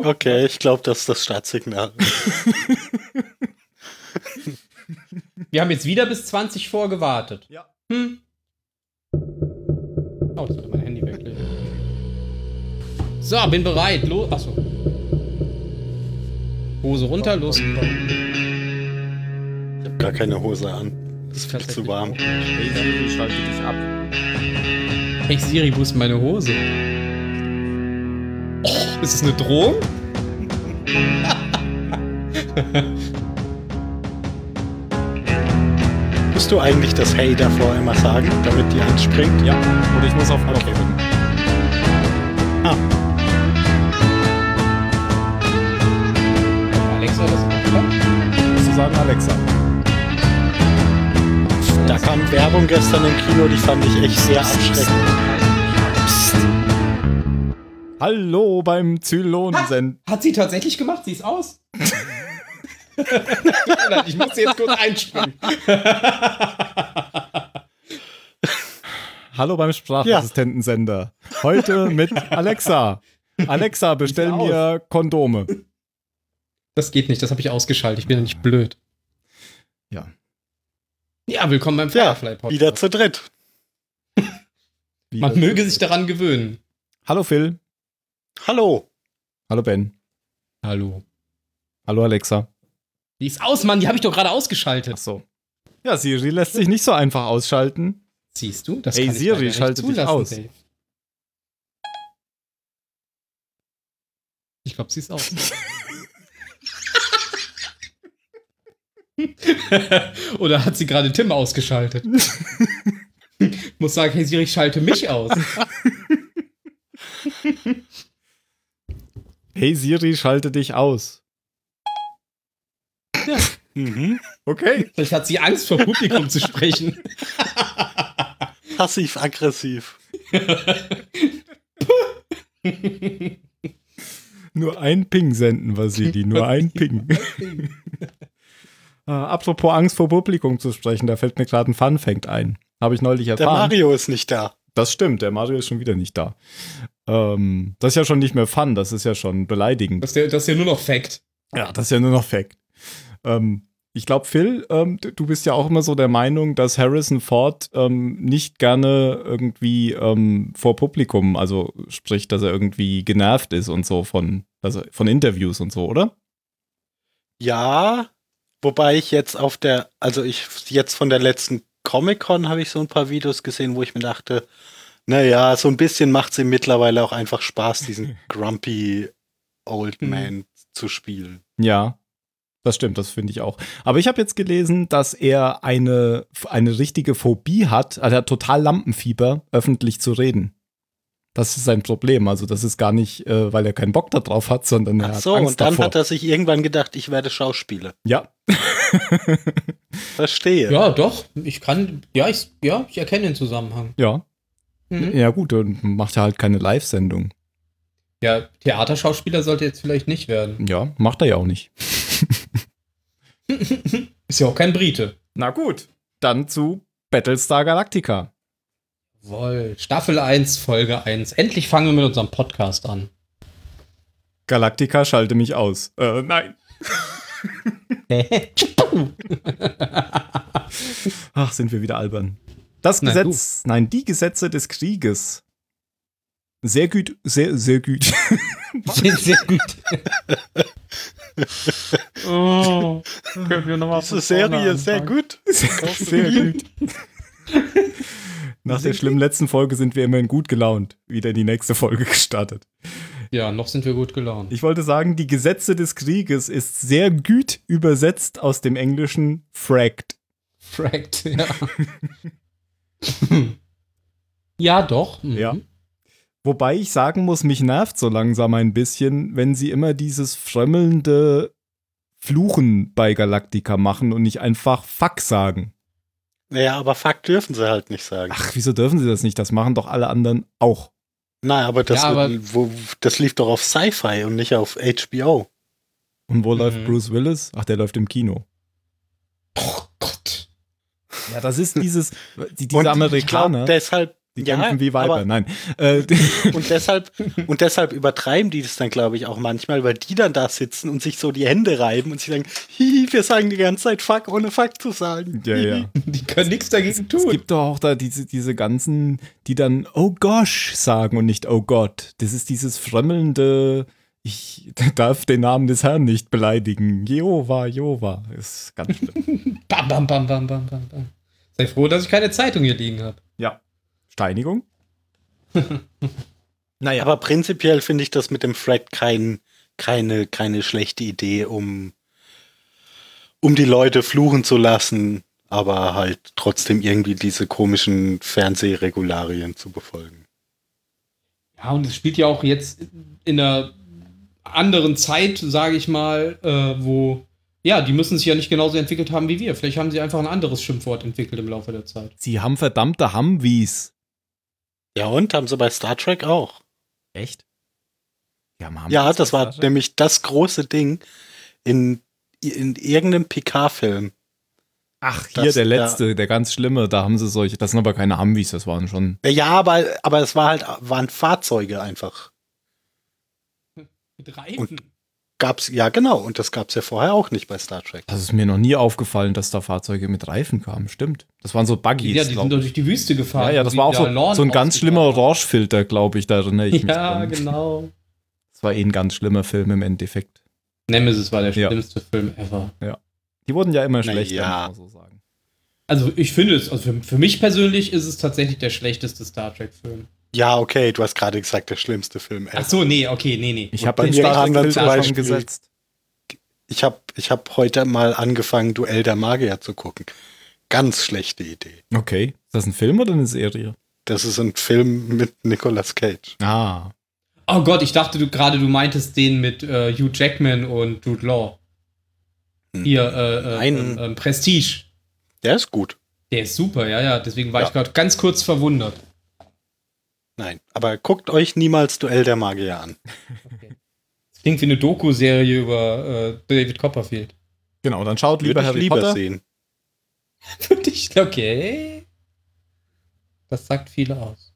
Okay, ich glaube, das ist das Startsignal. Wir haben jetzt wieder bis 20 vor gewartet. Ja. Oh, das sollte mein Handy weglegen. So, bin bereit. Los. Achso. Hose runter, los. Ich habe gar keine Hose an. Das ist viel zu warm. Hey Siri, schalte dich ab. Hey Siri, wo ist meine Hose? Oh, ist das eine Drohung? Musst du eigentlich das Hey davor immer sagen, damit die anspringt? Ja, oder ich muss auf Knopf drücken. Ah, Alexa, das ist klar. Musst du sagen, Alexa. da kam Werbung gestern im Kino, die fand ich echt sehr abschreckend. Psst. Hallo beim Zylonensend. Hat sie tatsächlich gemacht? Sie ist aus? Ich muss jetzt kurz einspringen. Hallo beim Sprachassistentensender. Heute mit Alexa. Alexa, bestell mir Kondome. Das geht nicht, das habe ich ausgeschaltet. Ich bin ja nicht blöd. Ja. Ja, willkommen beim Ja, Firefly-Podcast. wieder zu dritt. Man möge sich daran gewöhnen. Hallo Phil. Hallo. Hallo Ben. Hallo. Hallo Alexa. Die ist aus, Mann, die habe ich doch gerade ausgeschaltet. Ach so. Ja, Siri lässt sich nicht so einfach ausschalten. Siehst du? Das Ey, kann ich Siri, leider nicht schalte dich zulassen, aus. Dave. Ich glaube, sie ist aus. Oder hat sie gerade Tim ausgeschaltet? Muss sagen, hey Siri, ich schalte mich aus. Hey Siri, schalte dich aus. Ja. Mhm. Okay. Vielleicht hat sie Angst vor Publikum zu sprechen. Passiv-aggressiv. Nur ein Ping senden, Vasili. Nur ein Ping. Apropos Angst vor Publikum zu sprechen, da fällt mir gerade ein Fun-Fact ein. Habe ich neulich Der erfahren. Mario ist nicht da. Das stimmt, der Mario ist schon wieder nicht da. Das ist ja schon nicht mehr Fun, das ist ja schon beleidigend. Das ist ja nur noch Fact. Ja, das ist ja nur noch Fact. Ich glaube, Phil, du bist ja auch immer so der Meinung, dass Harrison Ford nicht gerne irgendwie vor Publikum, also sprich, dass er irgendwie genervt ist und so von Interviews und so, oder? Ja, wobei ich jetzt jetzt von der letzten Comic-Con habe ich so ein paar Videos gesehen, wo ich mir dachte, naja, so ein bisschen macht es ihm mittlerweile auch einfach Spaß, diesen grumpy Old Man zu spielen. Ja, das stimmt, das finde ich auch. Aber ich habe jetzt gelesen, dass er eine richtige Phobie hat, also er hat total Lampenfieber, öffentlich zu reden. Das ist sein Problem. Also das ist gar nicht, weil er keinen Bock darauf hat, sondern er Ach hat so, Angst und dann davor. hat er sich irgendwann gedacht, ich werde Schauspieler. Ja. Verstehe. Ja, doch. Ich erkenne den Zusammenhang. Ja. Mhm. Ja gut, dann macht er halt keine Live-Sendung. Ja, Theaterschauspieler sollte jetzt vielleicht nicht werden. Ja, macht er ja auch nicht. Ist ja auch kein Brite. Na gut, dann zu Battlestar Galactica. Jawohl. Staffel 1, Folge 1. Endlich fangen wir mit unserem Podcast an. Galactica, schalte mich aus. Nein. Ach, sind wir wieder albern. Die Gesetze des Krieges. Sehr gut, sehr gut. Sehr gut. Oh, können wir nochmal Diese Serie ist sehr gut. Sehr gut. Nach der schlimmen letzten Folge sind wir immerhin gut gelaunt. Wieder in die nächste Folge gestartet. Ja, noch sind wir gut gelaunt. Ich wollte sagen, die Gesetze des Krieges ist sehr gut übersetzt aus dem Englischen fracked. Fracked, ja. Ja, doch. Mhm. Ja. Wobei ich sagen muss, mich nervt so langsam ein bisschen, wenn sie immer dieses frömmelnde Fluchen bei Galactica machen und nicht einfach Fuck sagen. Naja, aber Fuck dürfen sie halt nicht sagen. Ach, wieso dürfen sie das nicht? Das machen doch alle anderen auch. Nein, aber das, Ja, aber- das lief doch auf Sci-Fi und nicht auf HBO. Und wo läuft Bruce Willis? Ach, der läuft im Kino. Oh Gott. Ja, das ist diese Und Amerikaner. Ich glaub, Die Ja, kämpfen wie Weiber. aber- Nein. Und deshalb übertreiben die das dann, glaube ich, auch manchmal, weil die dann da sitzen und sich so die Hände reiben und sie sagen, hihi, wir sagen die ganze Zeit Fuck, ohne Fuck zu sagen. ja, ja. Die können nichts dagegen Es tun. gibt doch auch da diese ganzen, die dann Oh gosh sagen und nicht Oh Gott. Das ist dieses frömmelnde, ich darf den Namen des Herrn nicht beleidigen. Jehova, Jehova. Ist ganz schlimm. Bam, bam, bam, bam, bam, bam, bam. Sei froh, dass ich keine Zeitung hier liegen habe. Ja. Steinigung? Naja. Aber prinzipiell finde ich das mit dem Thread keine schlechte Idee, um die Leute fluchen zu lassen, aber halt trotzdem irgendwie diese komischen Fernsehregularien zu befolgen. Ja, und es spielt ja auch jetzt in einer anderen Zeit, sage ich mal, wo, ja, die müssen sich ja nicht genauso entwickelt haben wie wir. Vielleicht haben sie einfach ein anderes Schimpfwort entwickelt im Laufe der Zeit. Sie haben verdammte Humvees. Ja, und haben sie bei Star Trek auch. Echt? Ja, das war nämlich das große Ding in irgendeinem Picard-Film. Ach, hier das- der letzte, der ganz schlimme, da haben sie solche, das sind aber keine Humvees, das waren schon. Ja, aber es waren Fahrzeuge einfach. Mit Reifen. Und- Gab's, ja genau, und das gab's ja vorher auch nicht bei Star Trek. Das ist mir noch nie aufgefallen, dass da Fahrzeuge mit Reifen kamen. Stimmt. Das waren so Buggies. Ja, die sind doch durch die Wüste gefahren. ja, das war auch so ein ganz schlimmer Orange-Filter, glaube ich, da erinnere ich mich Ja, dran. genau. Das war ein ganz schlimmer Film im Endeffekt. Nemesis war der Ja. schlimmste Film ever. Die wurden ja immer Na schlechter, ja. muss man so sagen. Also ich finde es, also für mich persönlich ist es tatsächlich der schlechteste Star Trek-Film. Ja, okay, du hast gerade gesagt, der schlimmste Film ever. Ach so, nee, okay, nee. Ich Und habe bei den mir Star kam dann Trek-Filter zum schon Beispiel- gesetzt. Ich hab heute mal angefangen, Duell der Magier zu gucken. Ganz schlechte Idee. Okay. Ist das ein Film oder eine Serie? Das ist ein Film mit Nicolas Cage. Ah. Oh Gott, ich dachte du meintest den mit Hugh Jackman und Jude Law. Hier, Nein. Prestige. Der ist gut. Der ist super, ja. Deswegen war Ja. ich gerade ganz kurz verwundert. Nein, aber guckt euch niemals Duell der Magier an. Das klingt wie eine Doku-Serie über David Copperfield. Genau, dann schaut Würde lieber ich Harry lieber Potter. sehen. Okay. Das sagt viel aus.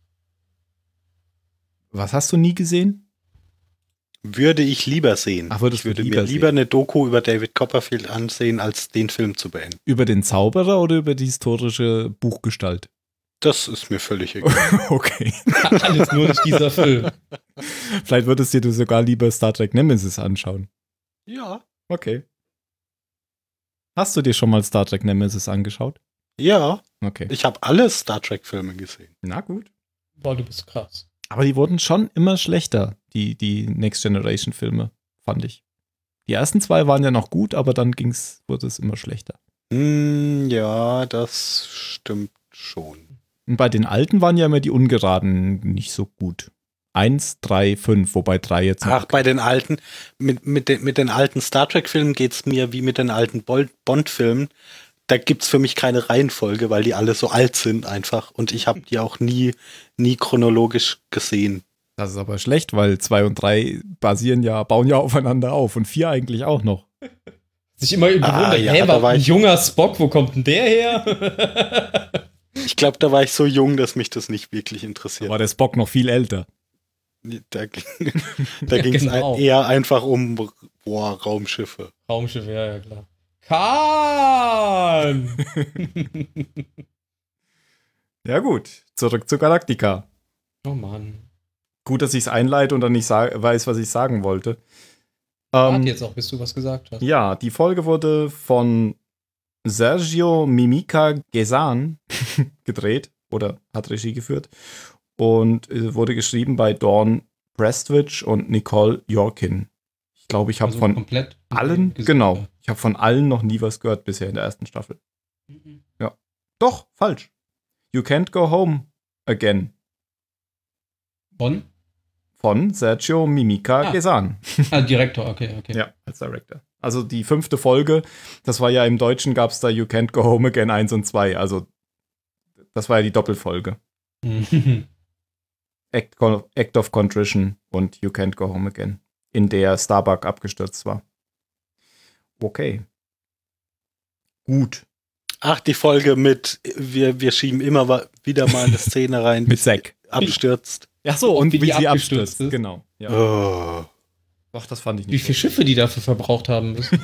Was hast du nie gesehen? Würde ich lieber sehen. Ach, würdest ich du würde lieber mir lieber eine Doku über David Copperfield ansehen, als den Film zu beenden. Über den Zauberer oder über die historische Buchgestalt? Das ist mir völlig egal. Okay. Alles nur durch dieser Film. Vielleicht würdest du sogar lieber Star Trek Nemesis anschauen. Ja. Okay. Hast du dir schon mal Star Trek Nemesis angeschaut? Ja, Okay. ich habe alle Star Trek-Filme gesehen. Na gut. Boah, du bist krass. Aber die wurden schon immer schlechter, die Next Generation Filme, fand ich. Die ersten zwei waren ja noch gut, aber dann wurde es immer schlechter. Ja, das stimmt schon. Und bei den alten waren ja immer die Ungeraden nicht so gut. 1, 3, 5, wobei 3 jetzt noch. Ach, bei den alten, mit den alten Star Trek-Filmen geht's mir wie mit den alten Bond-Filmen. Da gibt's für mich keine Reihenfolge, weil die alle so alt sind einfach. Und ich habe die auch nie chronologisch gesehen. Das ist aber schlecht, weil 2 und 3 bauen ja aufeinander auf und 4 eigentlich auch noch. Sich immer gewundert, ja, hä, da war war ein ich- junger Spock, wo kommt denn der her? Ich glaube, da war ich so jung, dass mich das nicht wirklich Da interessiert. war der Spock noch viel älter. Da ging es genau. eher einfach um Raumschiffe. Raumschiff, ja, klar. Khan! Ja gut, zurück zu Galactica. Oh Mann. Gut, dass ich es einleite und dann nicht weiß, was ich sagen wollte. Warte jetzt auch, bis du was gesagt hast. Ja, die Folge wurde von Sergio Mimica Gezan gedreht oder hat Regie geführt und wurde geschrieben bei Dawn Prestwich und Nicole Yorkin. Ich glaube, ich habe Also von komplett allen, gesehen. genau, ich habe von allen noch nie was gehört bisher in der ersten Staffel. Mhm. Doch, falsch. You Can't Go Home Again Von? von Sergio Mimica Ah. Gezan. Direktor, okay. Ja, als Director. Also die 5. Folge, das war ja im Deutschen, gab es da You Can't Go Home Again 1 und 2. Also das war ja die Doppelfolge. Mhm. Act of Contrition und You Can't Go Home Again, in der Starbuck abgestürzt war. Okay. Gut. Ach, die Folge mit, wir schieben immer wieder mal eine Szene rein, Mit Zack. abstürzt. Ja so, und wie die sie abgestürzt abstürzt. ist. Genau. Ja. Oh. Ach, das fand ich Wie nicht. viele Schiffe die dafür verbraucht haben müssen.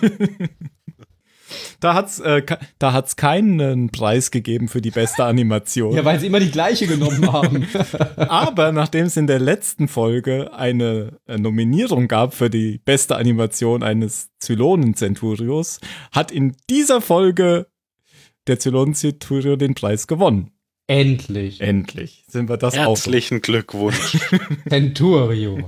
Da hat's keinen Preis gegeben für die beste Animation. Ja, weil sie immer die gleiche genommen haben. Aber nachdem es in der letzten Folge eine Nominierung gab für die beste Animation eines Zylonen-Centurios, hat in dieser Folge der Zylonen-Centurio den Preis gewonnen. Endlich. Endlich sind wir das auch. Herzlichen Glückwunsch. Centurio.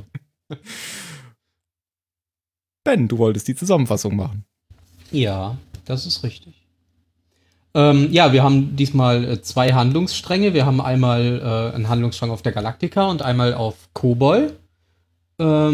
Ben, du wolltest die Zusammenfassung machen. Ja, das ist richtig. Ja, wir haben diesmal 2 Handlungsstränge. Wir haben einmal einen Handlungsstrang auf der Galactica und einmal auf Kobol. Ja,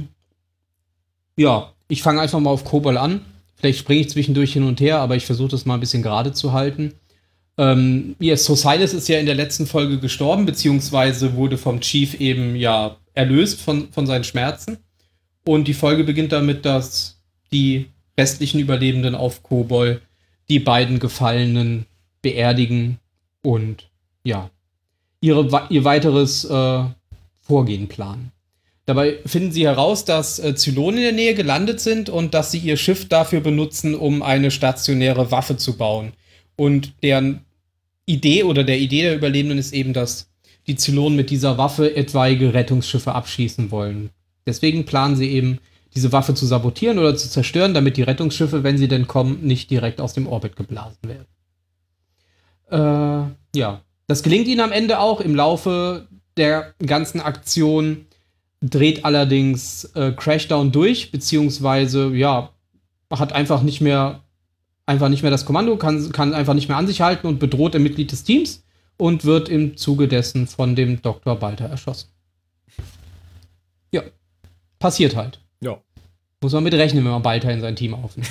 ich fange einfach mal auf Kobol an. Vielleicht springe ich zwischendurch hin und her, aber ich versuche das mal ein bisschen gerade zu halten. Silas ist ja in der letzten Folge gestorben, beziehungsweise wurde vom Chief eben ja erlöst von seinen Schmerzen. Und die Folge beginnt damit, dass die restlichen Überlebenden auf Kobol die beiden Gefallenen beerdigen und ja, ihr weiteres Vorgehen planen. Dabei finden sie heraus, dass Zylonen in der Nähe gelandet sind und dass sie ihr Schiff dafür benutzen, um eine stationäre Waffe zu bauen. Und deren Idee oder der Idee der Überlebenden ist eben, dass die Zylonen mit dieser Waffe etwaige Rettungsschiffe abschießen wollen. Deswegen planen sie eben, diese Waffe zu sabotieren oder zu zerstören, damit die Rettungsschiffe, wenn sie denn kommen, nicht direkt aus dem Orbit geblasen werden. Ja, das gelingt ihnen am Ende auch. Im Laufe der ganzen Aktion dreht allerdings Crashdown durch, beziehungsweise, ja, hat einfach nicht mehr das Kommando, kann einfach nicht mehr an sich halten und bedroht ein Mitglied des Teams und wird im Zuge dessen von dem Dr. Balter erschossen. Ja, passiert halt. Ja. Muss man mit rechnen, wenn man Balter in sein Team aufnimmt.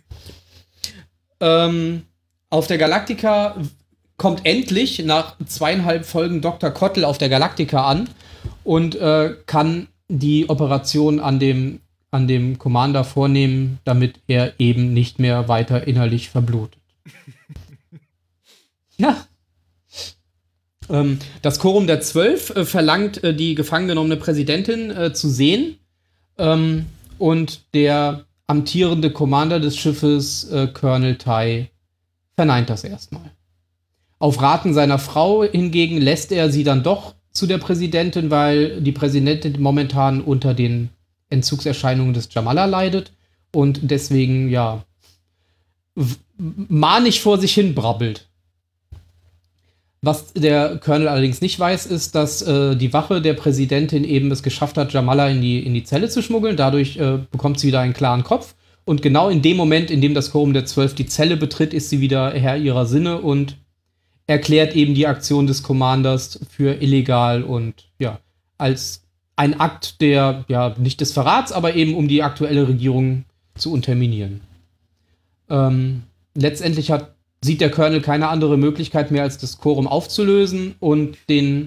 Auf der Galactica kommt endlich nach 2,5 Folgen Dr. Kottl auf der Galactica an und kann die Operation an dem Commander vornehmen, damit er eben nicht mehr weiter innerlich verblutet. Ja. Das Quorum der 12 verlangt, die gefangen genommene Präsidentin zu sehen. Und der amtierende Commander des Schiffes, Colonel Tai, verneint das erstmal. Auf Raten seiner Frau hingegen lässt er sie dann doch zu der Präsidentin, weil die Präsidentin momentan unter den Entzugserscheinungen des Jamala leidet und deswegen, ja, manig vor sich hin brabbelt. Was der Colonel allerdings nicht weiß, ist, dass die Wache der Präsidentin eben es geschafft hat, Jamala in die Zelle zu schmuggeln. Dadurch bekommt sie wieder einen klaren Kopf. Und genau in dem Moment, in dem das Quorum der 12 die Zelle betritt, ist sie wieder Herr ihrer Sinne und erklärt eben die Aktion des Commanders für illegal und ja, als ein Akt der, ja, nicht des Verrats, aber eben um die aktuelle Regierung zu unterminieren. Letztendlich sieht der Colonel keine andere Möglichkeit mehr, als das Quorum aufzulösen und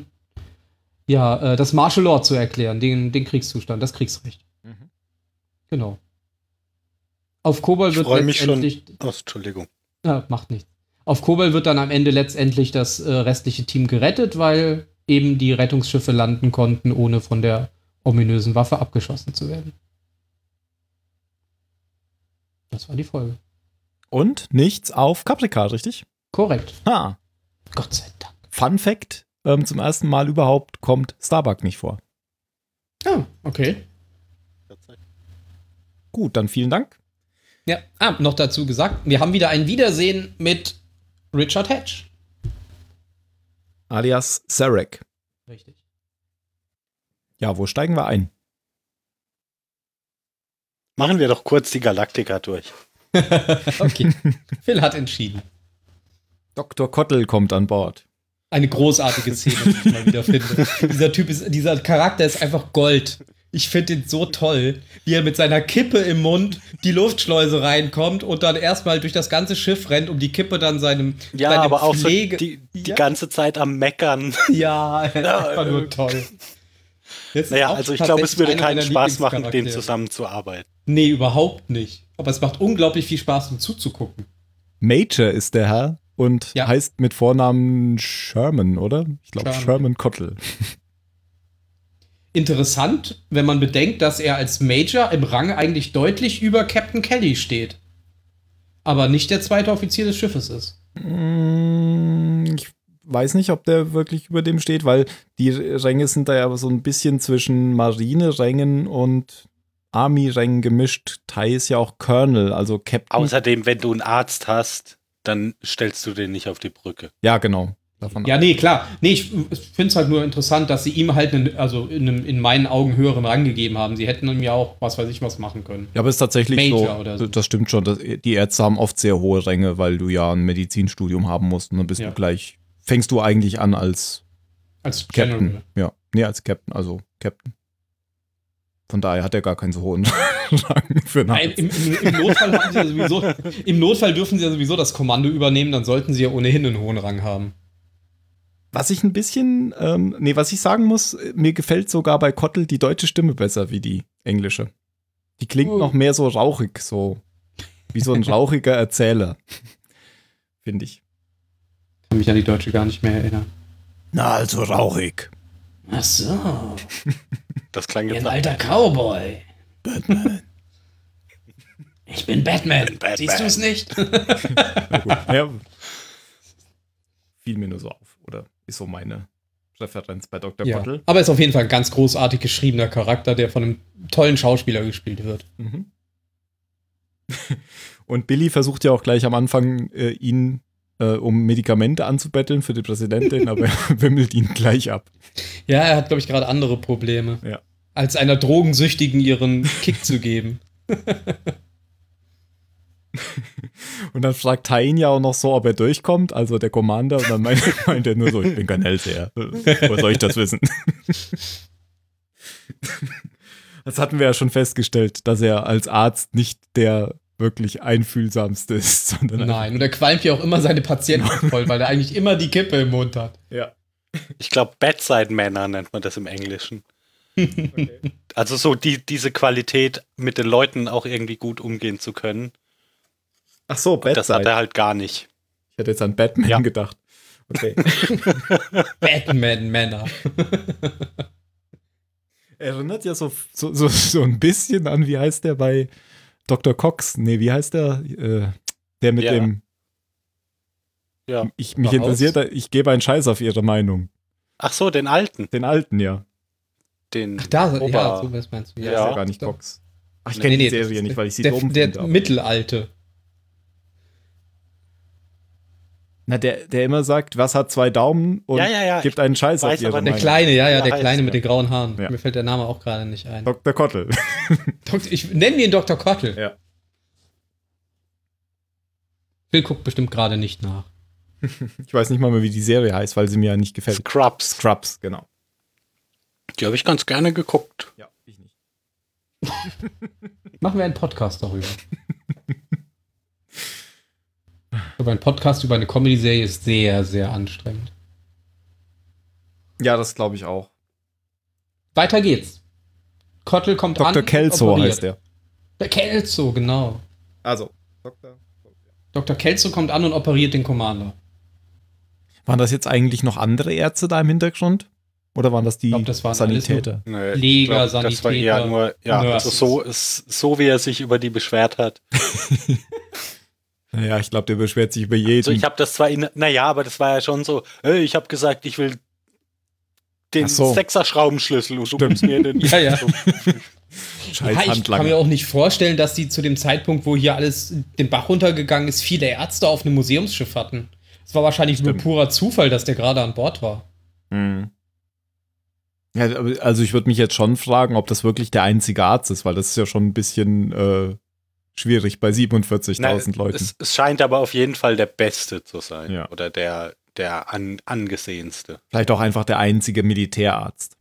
das Martial Law zu erklären, den Kriegszustand, das Kriegsrecht. Mhm. Genau. Auf Kobol wird letztendlich... Entschuldigung. Ja, macht nichts. Auf Kobol wird dann am Ende letztendlich das restliche Team gerettet, weil eben die Rettungsschiffe landen konnten, ohne von der ominösen Waffe abgeschossen zu werden. Das war die Folge. Und nichts auf Caprica, richtig? Korrekt. Ha. Gott sei Dank. Fun Fact, zum ersten Mal überhaupt kommt Starbuck nicht vor. Ah, okay. Gut, dann vielen Dank. Ja, noch dazu gesagt, wir haben wieder ein Wiedersehen mit Richard Hatch. Alias Sarek. Richtig. Ja, wo steigen wir ein? Machen wir doch kurz die Galactica durch. Okay. Phil hat entschieden. Dr. Kottl kommt an Bord. Eine großartige Szene, die ich mal wieder finde. Dieser Charakter ist einfach Gold. Ich finde ihn so toll, wie er mit seiner Kippe im Mund die Luftschleuse reinkommt und dann erstmal durch das ganze Schiff rennt, um die Kippe dann seinem aber auch Pflege so die ganze Zeit am Meckern. Ja, einfach nur toll. Naja, also ich glaube, es würde keinen Spaß machen, denen zusammenzuarbeiten. Nee, überhaupt nicht. Aber es macht unglaublich viel Spaß, ihm zuzugucken. Major ist der Herr und Ja. heißt mit Vornamen Sherman, oder? Ich glaube Sherman Kottel. Interessant, wenn man bedenkt, dass er als Major im Rang eigentlich deutlich über Captain Kelly steht. Aber nicht der zweite Offizier des Schiffes ist. Ich weiß nicht, ob der wirklich über dem steht, weil die Ränge sind da ja aber so ein bisschen zwischen Marine-Rängen und Army-Rängen gemischt. Tai ist ja auch Colonel, also Captain. Außerdem, wenn du einen Arzt hast, dann stellst du den nicht auf die Brücke. Ja, genau. Davon Ja, nee, klar. Nee, ich finde es halt nur interessant, dass sie ihm halt in meinen Augen höheren Rang gegeben haben. Sie hätten ihm ja auch, was weiß ich, was machen können. Ja, aber es ist tatsächlich Major so, oder so. das stimmt schon, die Ärzte haben oft sehr hohe Ränge, weil du ja ein Medizinstudium haben musst und dann bist Ja. du gleich, fängst du eigentlich an als Als Captain. General. Ja, nee, als Captain, also Captain. Von daher hat er gar keinen so hohen Rang für einen Nein, Arzt. im Notfall haben sie ja sowieso, im Notfall dürfen sie ja sowieso das Kommando übernehmen, dann sollten sie ja ohnehin einen hohen Rang haben. Was ich ein bisschen, was ich sagen muss, mir gefällt sogar bei Kottel die deutsche Stimme besser wie die englische. Die klingt noch mehr so rauchig, so wie so ein rauchiger Erzähler, finde ich. Kann mich an die Deutsche gar nicht mehr erinnern. Na, also rauchig. Ach so, Das klang jetzt ein alter Cowboy. Batman. Ich bin Batman. Batman. Siehst du es nicht? Na gut. Ja, fiel mir nur so auf, oder ist so meine Referenz bei Dr. Ja. Kottel. Aber ist auf jeden Fall ein ganz großartig geschriebener Charakter, der von einem tollen Schauspieler gespielt wird. Mhm. Und Billy versucht ja auch gleich am Anfang, ihn um Medikamente anzubetteln für die Präsidentin, aber er wimmelt ihn gleich ab. Ja, er hat, glaube ich, gerade andere Probleme, Ja. als einer Drogensüchtigen ihren Kick zu geben. Und dann fragt Tai ihn ja auch noch so, ob er durchkommt, also der Commander, und dann meint er nur so, ich bin kein Hellseher. Woher soll ich das wissen? Das hatten wir ja schon festgestellt, dass er als Arzt nicht der wirklich einfühlsamste ist, sondern Nein, und er qualmt ja auch immer seine Patienten voll, weil er eigentlich immer die Kippe im Mund hat. ja. Ich glaube, Bedside-Manner nennt man das im Englischen. Also so diese Qualität, mit den Leuten auch irgendwie gut umgehen zu können. Ach so, Das hat Bedside. er halt gar nicht. Ich hätte jetzt an Batman Ja. gedacht. Okay. Batman-Männer. Erinnert ja so ein bisschen an, wie heißt der bei Dr. Cox? Nee, wie heißt der? Der mit Ja. dem Ja. mich Überhaupt? interessiert, ich gebe einen Scheiß auf ihre Meinung. Ach so, den alten. Den alten, ja. Den Da, ja, Ober- so was meinst du. Der Ja. ist ja gar nicht Cox. Ach, ich Nee, kenne die nee, Serie das- nicht, weil ich sie der, dumm der finde. aber- Mittelalte. Na, der immer sagt, was hat 2 Daumen und Ja. gibt einen Scheiß auf weiß ihre aber Der Meinung. Kleine, ja, Ja, der heißt Kleine er. mit den grauen Haaren. Ja. Mir fällt der Name auch gerade nicht ein. Dr. Kottel. Ich nenne ihn Dr. Kottel. Ja. Phil guckt bestimmt gerade nicht nach. Ich weiß nicht mal mehr, wie die Serie heißt, weil sie mir ja nicht gefällt. Scrubs. Scrubs, genau. Die habe ich ganz gerne geguckt. Ja, ich nicht. Machen wir einen Podcast darüber. Aber ein Podcast über eine Comedy-Serie ist sehr, sehr anstrengend. Ja, das glaube ich auch. Weiter geht's. Kottel kommt an. Dr. und Kelso operiert. heißt er. Der Kelso, genau. Also, Dr. Dr. Kelso kommt an und operiert den Commander. Waren das jetzt eigentlich noch andere Ärzte da im Hintergrund? Oder waren das die glaub, das waren alles Sanitäter? Nee, Pfleger, ich glaub, das war eher Sanitäter, nur, ja, also Nurses. so wie er sich über die beschwert hat. Ja, ich glaube, der beschwert sich über jeden. Also ich habe das zwar naja, aber das war ja schon so, hey, ich habe gesagt, ich will den Ach so. 6er-Schraubenschlüssel und du gibst mir den. Ja, ja. Scheiß Ja, ich Handlanger. kann mir auch nicht vorstellen, dass die zu dem Zeitpunkt, wo hier alles den Bach runtergegangen ist, viele Ärzte auf einem Museumsschiff hatten. Es war wahrscheinlich nur Stimmt. purer Zufall, dass der gerade an Bord war. Mhm. Ja, also ich würde mich jetzt schon fragen, ob das wirklich der einzige Arzt ist, weil das ist ja schon ein bisschen schwierig bei 47.000 Leuten. Es scheint aber auf jeden Fall der Beste zu sein. Ja. Oder der angesehenste. Vielleicht auch einfach der einzige Militärarzt.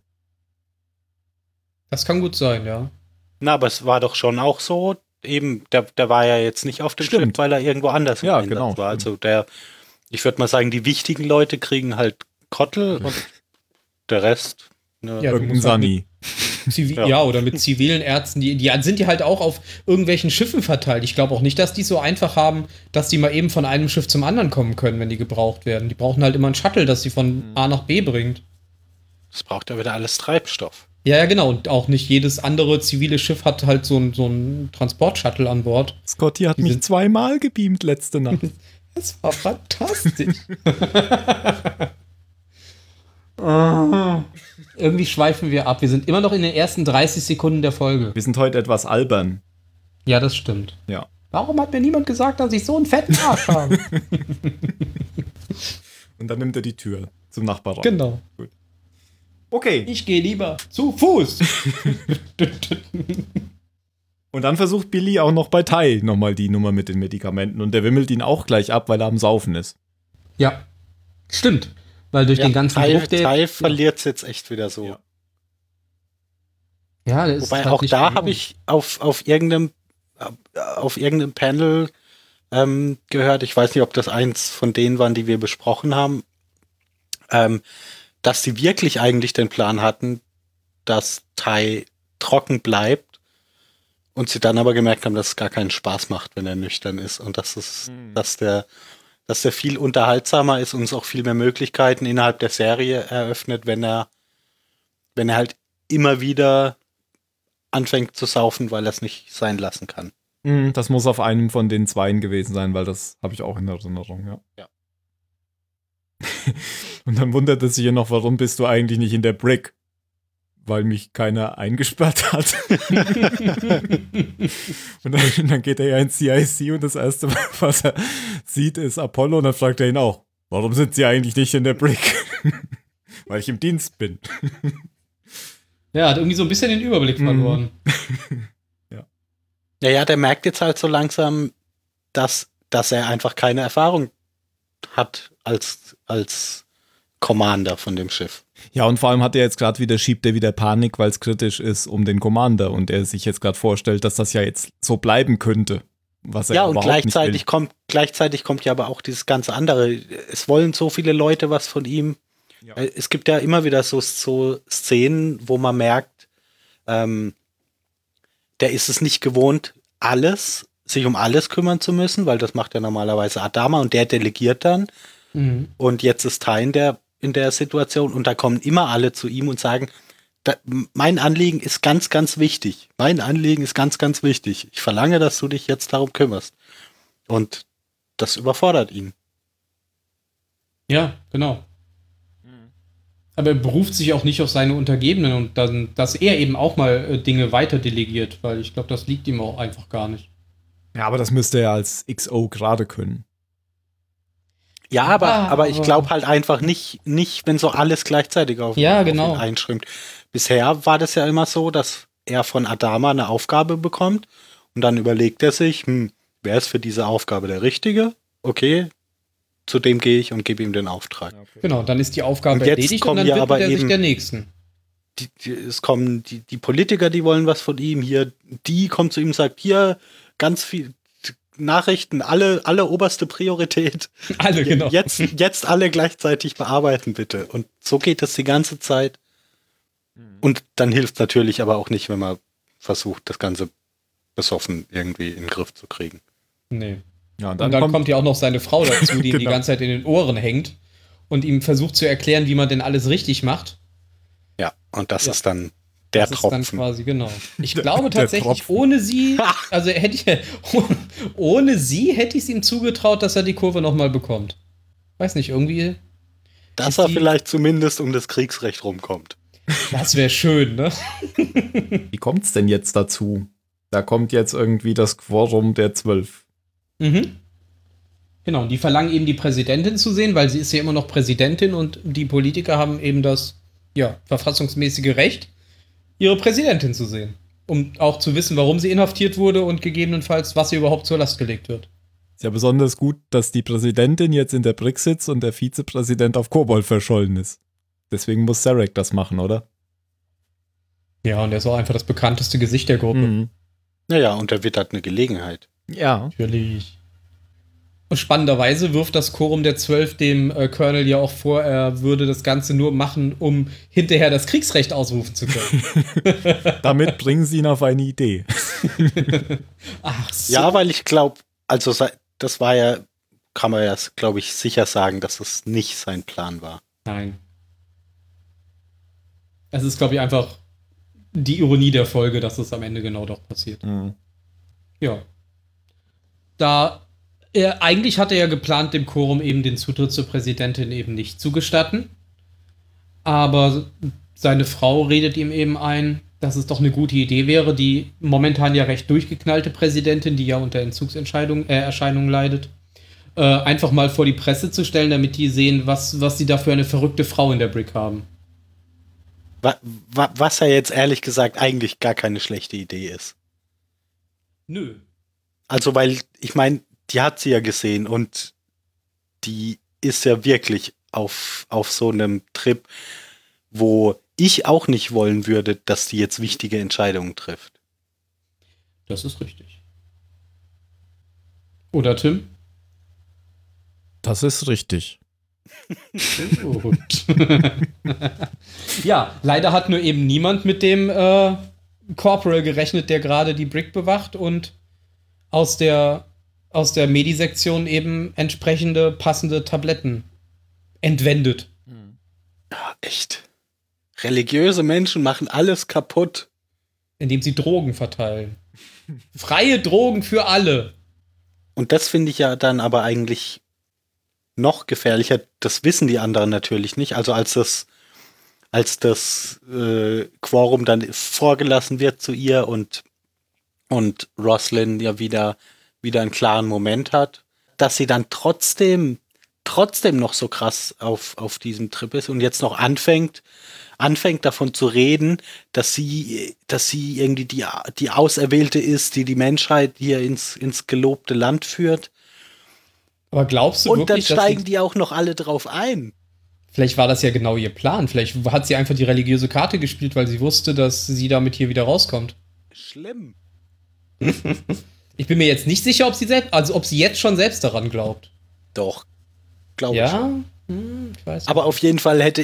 Das kann gut sein, ja. Na, aber es war doch schon auch so, eben, der war ja jetzt nicht auf dem Stimmt. Schiff, weil er irgendwo anders im Ja, Einsatz genau, war. stimmt. Also ich würde mal sagen, die wichtigen Leute kriegen halt Kottel und der Rest, ne, Ja, du Irgendein musst halt Sani. oder mit zivilen Ärzten, die sind ja halt auch auf irgendwelchen Schiffen verteilt. Ich glaube auch nicht, dass die so einfach haben, dass die mal eben von einem Schiff zum anderen kommen können, wenn die gebraucht werden. Die brauchen halt immer einen Shuttle, das sie von A nach B bringt. Das braucht ja wieder alles Treibstoff. Ja, genau. Und auch nicht jedes andere zivile Schiff hat halt so ein Transport-Shuttle an Bord. Scotty hat mich 2-mal gebeamt letzte Nacht. Das war fantastisch. Irgendwie schweifen wir ab. Wir sind immer noch in den ersten 30 Sekunden der Folge. Wir sind heute etwas albern. Ja, das stimmt. Ja. Warum hat mir niemand gesagt, dass ich so einen fetten Arsch habe? Und dann nimmt er die Tür zum Nachbarraum. Genau. Gut. Okay. Ich gehe lieber zu Fuß. Und dann versucht Billy auch noch bei Tai nochmal die Nummer mit den Medikamenten. Und der wimmelt ihn auch gleich ab, weil er am Saufen ist. Ja, stimmt. Weil durch den ganzen Druck, Tai verliert es jetzt echt wieder so. Ja, das Wobei ist halt auch nicht da gewohnt. habe ich auf irgendeinem Panel gehört, ich weiß nicht, ob das eins von denen waren, die wir besprochen haben, dass sie wirklich eigentlich den Plan hatten, dass Tai trocken bleibt und sie dann aber gemerkt haben, dass es gar keinen Spaß macht, wenn er nüchtern ist und dass der viel unterhaltsamer ist und uns auch viel mehr Möglichkeiten innerhalb der Serie eröffnet, wenn er halt immer wieder anfängt zu saufen, weil er es nicht sein lassen kann. Das muss auf einem von den Zweien gewesen sein, weil das habe ich auch in Erinnerung, ja. Und dann wundert es sich ja noch, warum bist du eigentlich nicht in der Brick? Weil mich keiner eingesperrt hat. Und dann geht er ja ins CIC und das Erste, was er sieht, ist Apollo und dann fragt er ihn auch, warum sind sie eigentlich nicht in der Brick? Weil ich im Dienst bin. Ja, hat irgendwie so ein bisschen den Überblick verloren. Ja, der merkt jetzt halt so langsam, dass er einfach keine Erfahrung hat als Commander von dem Schiff. Ja, und vor allem schiebt er wieder Panik, weil es kritisch ist um den Commander und er sich jetzt gerade vorstellt, dass das ja jetzt so bleiben könnte, was er ja, und überhaupt nicht will. gleichzeitig kommt ja aber auch dieses ganze andere. Es wollen so viele Leute was von ihm. Ja. Es gibt ja immer wieder so Szenen, wo man merkt, der ist es nicht gewohnt, sich um alles kümmern zu müssen, weil das macht ja normalerweise Adama und der delegiert dann. Mhm. Und jetzt ist Tai in der Situation und da kommen immer alle zu ihm und sagen, mein Anliegen ist ganz, ganz wichtig. Mein Anliegen ist ganz, ganz wichtig. Ich verlange, dass du dich jetzt darum kümmerst. Und das überfordert ihn. Ja, genau. Aber er beruft sich auch nicht auf seine Untergebenen und dann, dass er eben auch mal Dinge weiter delegiert, weil ich glaube, das liegt ihm auch einfach gar nicht. Ja, aber das müsste er als XO gerade können. Ja, aber ich glaube halt einfach nicht, wenn so alles gleichzeitig auf ihn einströmt. Bisher war das ja immer so, dass er von Adama eine Aufgabe bekommt und dann überlegt er sich, wer ist für diese Aufgabe der Richtige? Okay, zu dem gehe ich und gebe ihm den Auftrag. Okay. Genau, dann ist die Aufgabe erledigt und dann widmet er sich der nächsten. Es kommen die Politiker, die wollen was von ihm. Hier, die kommt zu ihm und sagt, hier, ganz viel Nachrichten, alle oberste Priorität. Alle, genau. Jetzt alle gleichzeitig bearbeiten, bitte. Und so geht es die ganze Zeit. Und dann hilft natürlich aber auch nicht, wenn man versucht, das Ganze besoffen irgendwie in den Griff zu kriegen. Nee. Ja, und dann kommt ja auch noch seine Frau dazu, die ihm die ganze Zeit in den Ohren hängt und ihm versucht zu erklären, wie man denn alles richtig macht. Ja, und das ist dann der Tropfen. Ist dann quasi, genau. Ich glaube tatsächlich, ohne sie hätte ich es ihm zugetraut, dass er die Kurve nochmal bekommt. Weiß nicht, irgendwie. Dass er vielleicht zumindest um das Kriegsrecht rumkommt. Das wäre schön, ne? Wie kommt's denn jetzt dazu? Da kommt jetzt irgendwie das Quorum der 12. Mhm. Genau, und die verlangen eben die Präsidentin zu sehen, weil sie ist ja immer noch Präsidentin und die Politiker haben eben das verfassungsmäßige Recht, ihre Präsidentin zu sehen. Um auch zu wissen, warum sie inhaftiert wurde und gegebenenfalls, was ihr überhaupt zur Last gelegt wird. Ist ja besonders gut, dass die Präsidentin jetzt in der Brick sitzt und der Vizepräsident auf Kobold verschollen ist. Deswegen muss Sarek das machen, oder? Ja, und er ist auch einfach das bekannteste Gesicht der Gruppe. Naja, und er wittert eine Gelegenheit. Ja. Natürlich. Und spannenderweise wirft das Quorum der 12 dem Colonel ja auch vor, er würde das Ganze nur machen, um hinterher das Kriegsrecht ausrufen zu können. Damit bringen sie ihn auf eine Idee. Ach so. Ja, weil ich glaube, also das war ja, kann man ja, glaube ich, sicher sagen, dass es nicht sein Plan war. Nein. Es ist, glaube ich, einfach die Ironie der Folge, dass es am Ende genau doch passiert. Mhm. Ja. Eigentlich hat er ja geplant, dem Quorum eben den Zutritt zur Präsidentin eben nicht zu gestatten. Aber seine Frau redet ihm eben ein, dass es doch eine gute Idee wäre, die momentan ja recht durchgeknallte Präsidentin, die ja unter Entzugserscheinungen leidet, einfach mal vor die Presse zu stellen, damit die sehen, was sie da für eine verrückte Frau in der Brick haben. Was ja jetzt ehrlich gesagt eigentlich gar keine schlechte Idee ist. Nö. Also, weil, ich meine, die hat sie ja gesehen und die ist ja wirklich auf so einem Trip, wo ich auch nicht wollen würde, dass die jetzt wichtige Entscheidungen trifft. Das ist richtig. Oder, Tim? Das ist richtig. Gut. Ja, leider hat nur eben niemand mit dem Corporal gerechnet, der gerade die Brick bewacht und aus der Medi-Sektion eben entsprechende passende Tabletten entwendet. Ja, echt. Religiöse Menschen machen alles kaputt. Indem sie Drogen verteilen. Freie Drogen für alle. Und das finde ich ja dann aber eigentlich noch gefährlicher. Das wissen die anderen natürlich nicht. Also als das Quorum dann vorgelassen wird zu ihr und Roslyn ja wieder einen klaren Moment hat, dass sie dann trotzdem noch so krass auf diesem Trip ist und jetzt noch anfängt davon zu reden, dass sie irgendwie die Auserwählte ist, die Menschheit hier ins gelobte Land führt. Aber glaubst du und wirklich, dann steigen die auch noch alle drauf ein. Vielleicht war das ja genau ihr Plan. Vielleicht hat sie einfach die religiöse Karte gespielt, weil sie wusste, dass sie damit hier wieder rauskommt. Schlimm. Ich bin mir jetzt nicht sicher, ob sie jetzt schon selbst daran glaubt. Doch, glaube ich. Ja, ich weiß nicht. Aber auf jeden Fall hätte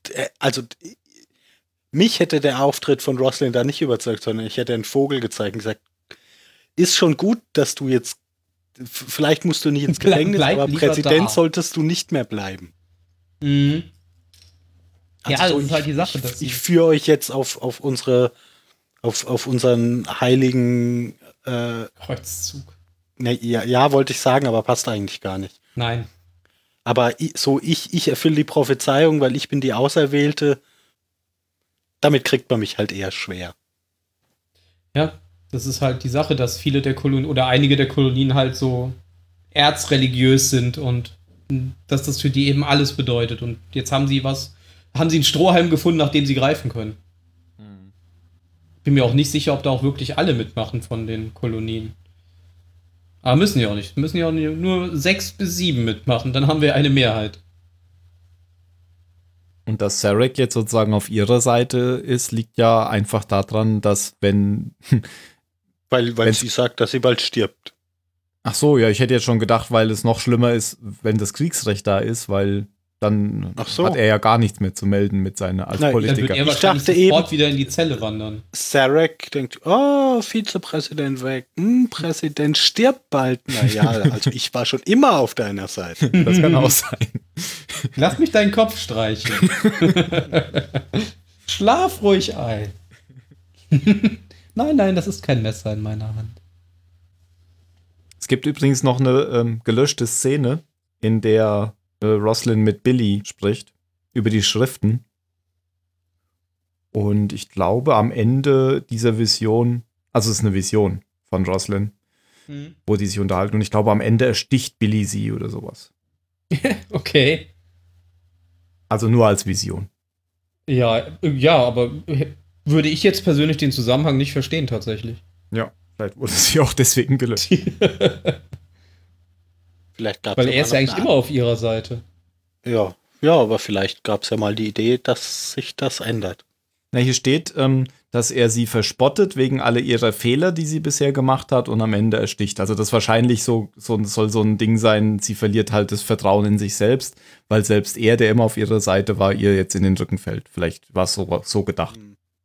mich hätte der Auftritt von Roslyn da nicht überzeugt, sondern ich hätte einen Vogel gezeigt und gesagt, ist schon gut, dass du jetzt, vielleicht musst du nicht ins Gefängnis, aber Präsident solltest du nicht mehr bleiben. Mhm. Also ja, das ist halt die Sache. Ich führe euch jetzt auf unseren heiligen Kreuzzug. Ne, ja, wollte ich sagen, aber passt eigentlich gar nicht. Nein. Aber ich erfülle die Prophezeiung, weil ich bin die Auserwählte. Damit kriegt man mich halt eher schwer. Ja, das ist halt die Sache, dass viele der Kolonien oder einige der Kolonien halt so erzreligiös sind und dass das für die eben alles bedeutet. Und jetzt haben sie einen Strohhalm gefunden, nach dem sie greifen können. Bin mir auch nicht sicher, ob da auch wirklich alle mitmachen von den Kolonien. Aber müssen ja auch nicht. Müssen ja auch nicht, nur 6 bis 7 mitmachen, dann haben wir eine Mehrheit. Und dass Sarek jetzt sozusagen auf ihrer Seite ist, liegt ja einfach daran, dass weil sie sagt, dass sie bald stirbt. Ach so, ja, ich hätte jetzt schon gedacht, weil es noch schlimmer ist, wenn das Kriegsrecht da ist, weil dann hat er ja gar nichts mehr zu melden mit seiner als Politiker. Dann wird er wahrscheinlich sofort wieder in die Zelle wandern. Sarek denkt, Vizepräsident weg, Präsident stirbt bald. Naja, also ich war schon immer auf deiner Seite. Das kann auch sein. Lass mich deinen Kopf streicheln. Schlaf ruhig ein. Nein, das ist kein Messer in meiner Hand. Es gibt übrigens noch eine gelöschte Szene, in der Roslyn mit Billy spricht über die Schriften. Und ich glaube, am Ende dieser Vision, also es ist eine Vision von Roslyn, wo die sich unterhalten. Und ich glaube, am Ende ersticht Billy sie oder sowas. Okay. Also nur als Vision. Ja, aber würde ich jetzt persönlich den Zusammenhang nicht verstehen, tatsächlich. Ja, vielleicht wurde sie auch deswegen gelöscht. Vielleicht gab's weil er ist ja eigentlich immer auf ihrer Seite. Ja, aber vielleicht gab es ja mal die Idee, dass sich das ändert. Na, hier steht, dass er sie verspottet wegen alle ihrer Fehler, die sie bisher gemacht hat und am Ende ersticht. Also das wahrscheinlich soll so ein Ding sein, sie verliert halt das Vertrauen in sich selbst, weil selbst er, der immer auf ihrer Seite war, ihr jetzt in den Rücken fällt. Vielleicht war es so gedacht.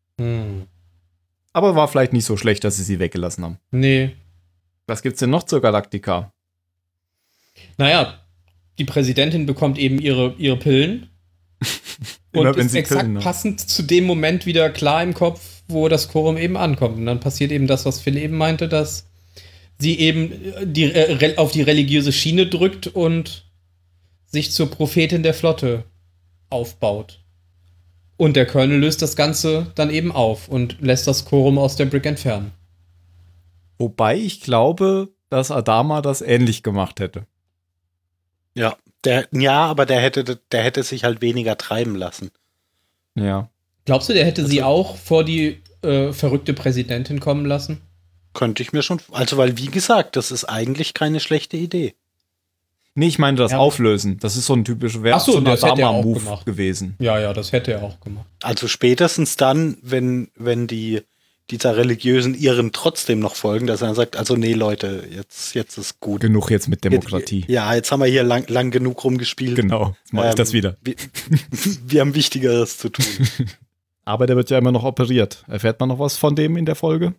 Aber war vielleicht nicht so schlecht, dass sie weggelassen haben. Nee. Was gibt's denn noch zur Galactica? Naja, die Präsidentin bekommt eben ihre Pillen. Immer und wenn ist sie exakt Pillen, ne? passend zu dem Moment wieder klar im Kopf, wo das Quorum eben ankommt. Und dann passiert eben das, was Phil eben meinte, dass sie eben auf die religiöse Schiene drückt und sich zur Prophetin der Flotte aufbaut. Und der Colonel löst das Ganze dann eben auf und lässt das Quorum aus der Brig entfernen. Wobei ich glaube, dass Adama das ähnlich gemacht hätte. Ja, aber der hätte sich halt weniger treiben lassen. Ja. Glaubst du, der hätte sie auch vor die verrückte Präsidentin kommen lassen? Könnte ich mir schon, also weil wie gesagt, das ist eigentlich keine schlechte Idee. Nee, ich meine das Ja. Auflösen. Das ist so ein typischer Ach so, das hätte er auch Adama-Move gemacht. gewesen. Ja, das hätte er auch gemacht. Also spätestens dann, wenn dieser religiösen Irren trotzdem noch folgen, dass er dann sagt, also nee, Leute, jetzt ist gut. Genug jetzt mit Demokratie. Jetzt haben wir hier lang genug rumgespielt. Genau, jetzt mache ich das wieder. Wir haben Wichtigeres zu tun. Aber der wird ja immer noch operiert. Erfährt man noch was von dem in der Folge?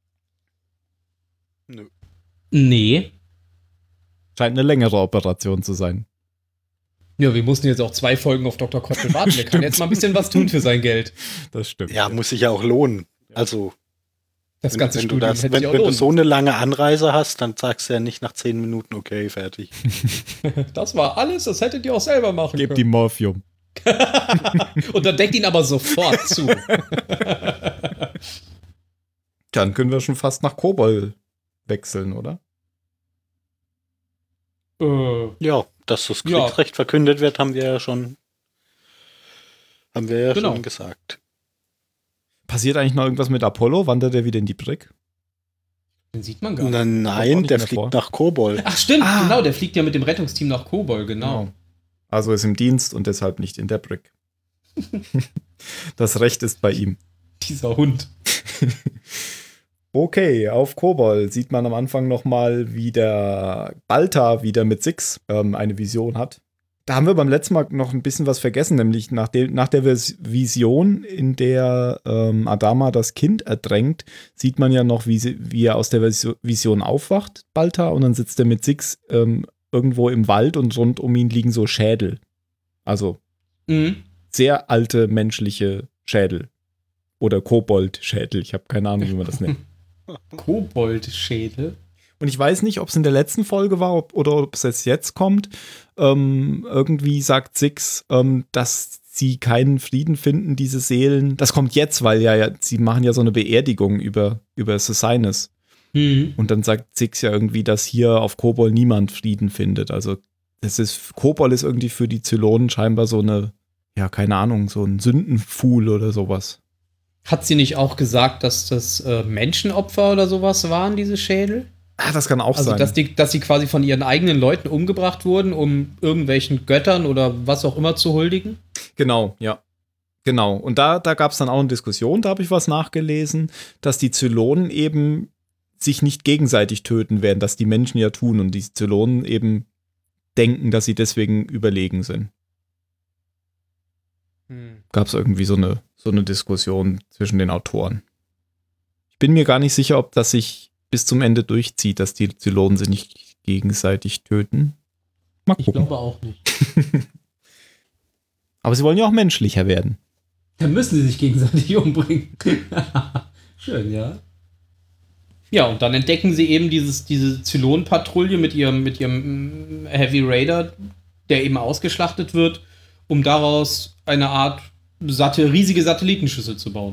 Nö. Nee. Scheint eine längere Operation zu sein. Ja, wir mussten jetzt auch 2 Folgen auf Dr. Koppel warten. Der kann jetzt mal ein bisschen was tun für sein Geld. Das stimmt. Ja, muss sich ja auch lohnen. Also, Das ganze wenn du Studium hätte sich auch wenn du lohnen. so eine lange Anreise hast, dann sagst du ja nicht nach 10 Minuten, okay, fertig. Das war alles, das hättet ihr auch selber machen Gebt können. ihm Morphium. Und dann deckt ihn aber sofort zu. Dann können wir schon fast nach Kobol wechseln, oder? Ja, dass das Ja. Kriegsrecht verkündet wird, haben wir ja schon Genau. schon gesagt. Passiert eigentlich noch irgendwas mit Apollo? Wandert er wieder in die Brig? Den sieht man gar nicht. Na, Kommt auch nein, nicht der mehr fliegt vor. nach Kobol. Ach stimmt, genau, der fliegt ja mit dem Rettungsteam nach Kobol, genau. Also ist im Dienst und deshalb nicht in der Brig. Das Recht ist bei ihm. Dieser Hund. Okay, auf Kobol sieht man am Anfang nochmal, wie der Balta wieder mit Six eine Vision hat. Da haben wir beim letzten Mal noch ein bisschen was vergessen, nämlich nach der Vision, in der Adama das Kind ertränkt, sieht man ja noch, wie er aus der Vision aufwacht, Balta, und dann sitzt er mit Six irgendwo im Wald und rund um ihn liegen so Schädel. Also sehr alte menschliche Schädel. Oder Kobold-Schädel, ich habe keine Ahnung, wie man das nennt. Koboldschädel. Und ich weiß nicht, ob es in der letzten Folge war oder ob es jetzt kommt. Irgendwie sagt Six, dass sie keinen Frieden finden, diese Seelen. Das kommt jetzt, weil sie machen ja so eine Beerdigung über Cecines. Und dann sagt Six ja irgendwie, dass hier auf Kobol niemand Frieden findet. Also Kobol ist irgendwie für die Zylonen scheinbar so eine, ja, keine Ahnung, so ein Sündenpfuhl oder sowas. Hat sie nicht auch gesagt, dass das Menschenopfer oder sowas waren, diese Schädel? Ah, das kann auch Also, sein. dass sie quasi von ihren eigenen Leuten umgebracht wurden, um irgendwelchen Göttern oder was auch immer zu huldigen? Genau, ja. Genau. Und da gab es dann auch eine Diskussion, da habe ich was nachgelesen, dass die Zylonen eben sich nicht gegenseitig töten werden, dass die Menschen ja tun und die Zylonen eben denken, dass sie deswegen überlegen sind. Gab es irgendwie so eine Diskussion zwischen den Autoren. Ich bin mir gar nicht sicher, ob das sich bis zum Ende durchzieht, dass die Zylonen sich nicht gegenseitig töten. Mal Ich gucken. glaube auch nicht. Aber sie wollen ja auch menschlicher werden. Dann müssen sie sich gegenseitig umbringen. Schön, ja. Ja, und dann entdecken sie eben diese Zylon-Patrouille mit ihrem Heavy Raider, der eben ausgeschlachtet wird, um daraus eine Art riesige Satellitenschüssel zu bauen.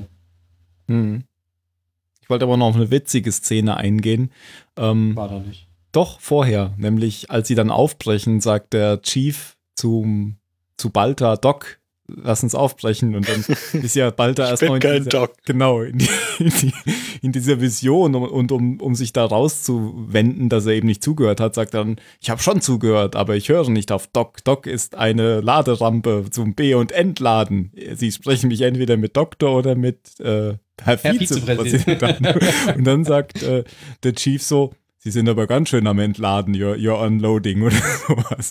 Ich wollte aber noch auf eine witzige Szene eingehen. War da nicht. Doch, vorher. Nämlich, als sie dann aufbrechen, sagt der Chief zu Balta, Doc, lass uns aufbrechen. Und dann ist ja Balta erst noch in dieser Vision. Und um sich da rauszuwenden, dass er eben nicht zugehört hat, sagt er dann, ich habe schon zugehört, aber ich höre nicht auf Doc. Doc ist eine Laderampe zum B- und Entladen. Sie sprechen mich entweder mit Doktor oder mit Herr Vizepräsident. Und dann sagt der Chief so, Sie sind aber ganz schön am Entladen, you're unloading oder sowas.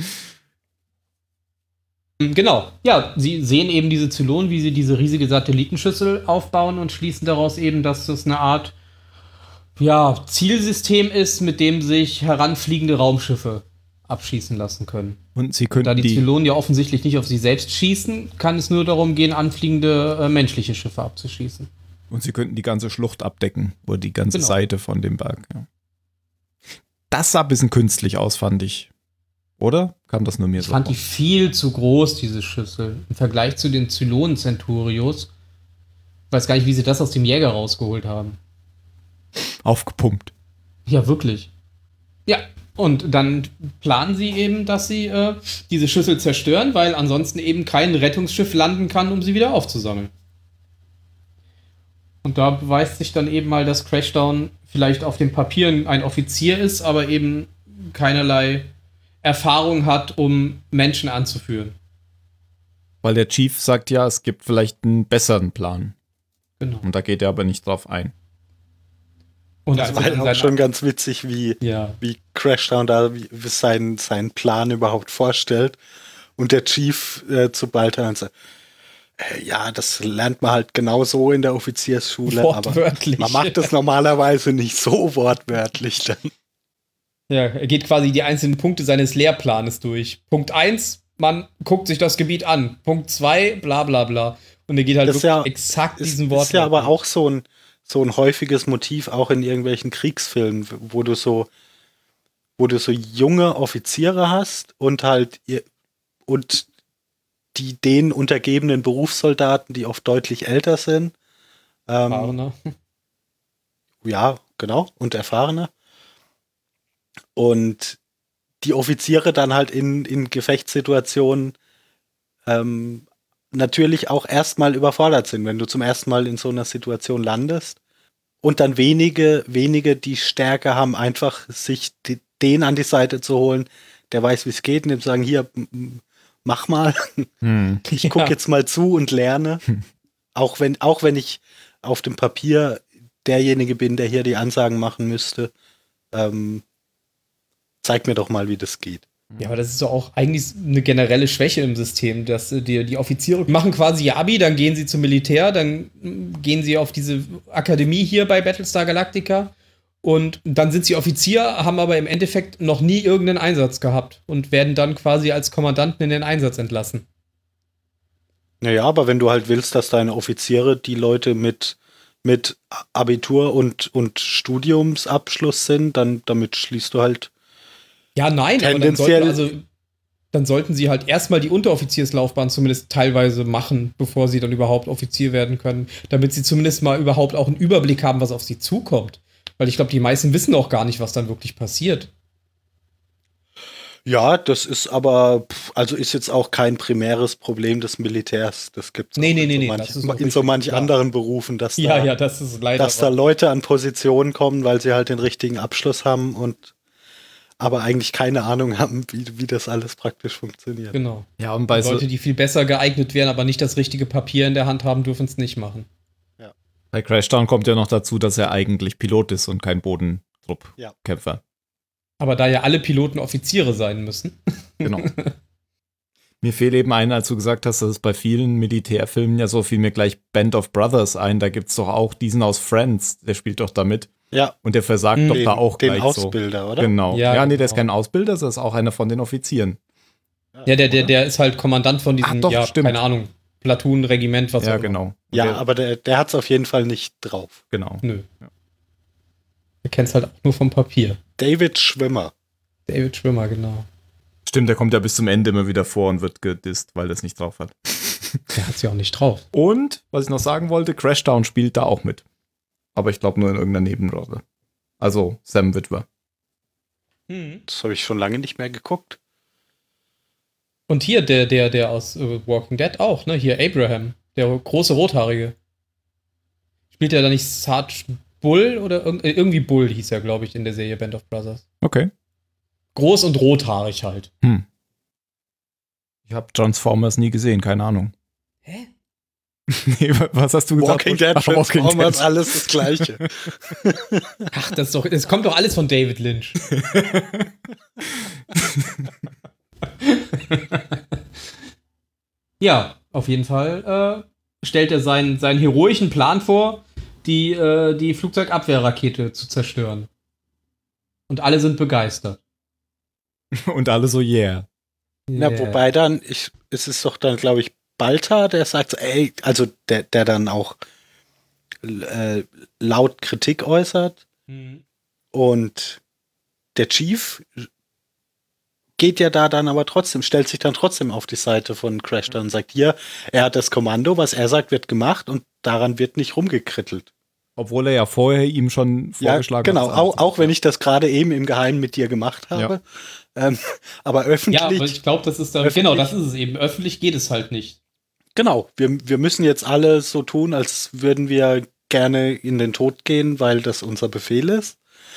Genau. Ja, sie sehen eben diese Zylonen, wie sie diese riesige Satellitenschüssel aufbauen und schließen daraus eben, dass das eine Art Zielsystem ist, mit dem sich heranfliegende Raumschiffe abschießen lassen können. Und sie können da die Zylonen ja offensichtlich nicht auf sie selbst schießen, kann es nur darum gehen, anfliegende menschliche Schiffe abzuschießen. Und sie könnten die ganze Schlucht abdecken, oder die ganze Seite von dem Berg. Ja. Das sah ein bisschen künstlich aus, fand ich. Oder? Kam das nur mir so? Ich fand die viel zu groß, diese Schüssel. Im Vergleich zu den Zylonen Centurios. Ich weiß gar nicht, wie sie das aus dem Jäger rausgeholt haben. Aufgepumpt. Ja, wirklich. Ja, und dann planen sie eben, dass sie diese Schüssel zerstören, weil ansonsten eben kein Rettungsschiff landen kann, um sie wieder aufzusammeln. Und da beweist sich dann eben mal, dass Crashdown vielleicht auf dem Papier ein Offizier ist, aber eben keinerlei Erfahrung hat, um Menschen anzuführen. Weil der Chief sagt ja, es gibt vielleicht einen besseren Plan. Genau. Und da geht er aber nicht drauf ein. Und das war halt auch schon ganz witzig, wie Crashdown da seinen Plan überhaupt vorstellt. Und der Chief zu Baltan sagt, ja, das lernt man halt genau so in der Offiziersschule, aber man macht das normalerweise nicht so wortwörtlich dann. Ja, er geht quasi die einzelnen Punkte seines Lehrplanes durch. Punkt 1, man guckt sich das Gebiet an. Punkt 2, bla bla bla. Und er geht halt wirklich exakt diesen Wort. Das ist ja aber auch so ein häufiges Motiv, auch in irgendwelchen Kriegsfilmen, wo du so junge Offiziere hast und halt die denen untergebenen Berufssoldaten, die oft deutlich älter sind. Erfahrener. Ja, genau, und erfahrener. Und die Offiziere dann halt in Gefechtssituationen natürlich auch erstmal überfordert sind, wenn du zum ersten Mal in so einer Situation landest. Und dann wenige die Stärke haben, einfach sich den an die Seite zu holen, der weiß, wie es geht, und dem sagen, hier, mach mal. Ich gucke jetzt mal zu und lerne. Auch wenn ich auf dem Papier derjenige bin, der hier die Ansagen machen müsste. Zeig mir doch mal, wie das geht. Ja, aber das ist doch auch eigentlich eine generelle Schwäche im System, dass die Offiziere machen quasi ihr Abi, dann gehen sie zum Militär, dann gehen sie auf diese Akademie hier bei Battlestar Galactica und dann sind sie Offizier, haben aber im Endeffekt noch nie irgendeinen Einsatz gehabt und werden dann quasi als Kommandanten in den Einsatz entlassen. Naja, aber wenn du halt willst, dass deine Offiziere die Leute mit Abitur und Studiumsabschluss sind, dann damit schließt du halt ja, nein, tendenziell, aber dann sollten sie halt erstmal die Unteroffizierslaufbahn zumindest teilweise machen, bevor sie dann überhaupt Offizier werden können, damit sie zumindest mal überhaupt auch einen Überblick haben, was auf sie zukommt. Weil ich glaube, die meisten wissen auch gar nicht, was dann wirklich passiert. Ja, das ist aber, also ist jetzt auch kein primäres Problem des Militärs. Das gibt es in so manch anderen Berufen, dass das ist leider dass da Leute an Positionen kommen, weil sie halt den richtigen Abschluss haben und aber eigentlich keine Ahnung haben, wie das alles praktisch funktioniert. Genau. Ja, und bei Leute, die viel besser geeignet wären, aber nicht das richtige Papier in der Hand haben, dürfen es nicht machen. Ja. Bei Crashdown kommt ja noch dazu, dass er eigentlich Pilot ist und kein Bodentruppkämpfer. Ja. Aber da ja alle Piloten Offiziere sein müssen. Genau. Mir fehlt eben ein, als du gesagt hast, dass es bei vielen Militärfilmen ja so, fiel mir gleich Band of Brothers ein. Da gibt es doch auch diesen aus Friends, der spielt doch da mit. Ja. Und der versagt doch da auch den gleich Ausbilder, so. Oder? Genau. Ja, nee, der genau. ist kein Ausbilder, das ist auch einer von den Offizieren. Ja, der ist halt Kommandant von diesem, stimmt. keine Ahnung, Platoon, Regiment, was auch immer. Genau. Ja, aber der hat es auf jeden Fall nicht drauf. Genau. Nö. Ja. Der kennt es halt auch nur vom Papier. David Schwimmer, genau. Stimmt, der kommt ja bis zum Ende immer wieder vor und wird gedisst, weil er es nicht drauf hat. Der hat es ja auch nicht drauf. Und, was ich noch sagen wollte, Crashdown spielt da auch mit. Aber ich glaube nur in irgendeiner Nebenrolle. Also Sam Witwer. das habe ich schon lange nicht mehr geguckt. Und hier der aus Walking Dead auch, ne? Hier Abraham, der große Rothaarige. Spielt er da nicht Sarge Bull oder irgendwie Bull hieß er, glaube ich, in der Serie Band of Brothers. Okay. Groß und rothaarig halt. Ich habe Transformers nie gesehen, keine Ahnung. Hä? Nee, was hast du gesagt? Walking Dead, Transformers, alles das Gleiche. Ach, das kommt doch alles von David Lynch. Ja, auf jeden Fall stellt er seinen heroischen Plan vor, die Flugzeugabwehrrakete zu zerstören. Und alle sind begeistert. Und alle so, yeah. Na, wobei dann, es ist doch dann, glaube ich, Balta, der sagt, ey, also der dann auch laut Kritik äußert. Mhm. Und der Chief geht ja da dann aber trotzdem, stellt sich dann trotzdem auf die Seite von Crashdown und sagt, hier, er hat das Kommando, was er sagt, wird gemacht und daran wird nicht rumgekrittelt. Obwohl er ja vorher ihm schon vorgeschlagen hat. Genau, auch wenn ich das gerade eben im Geheimen mit dir gemacht habe. Ja. Aber öffentlich. Ja, aber ich glaube, das ist da, genau, das ist es eben. Öffentlich geht es halt nicht. Genau, wir müssen jetzt alle so tun, als würden wir gerne in den Tod gehen, weil das unser Befehl ist.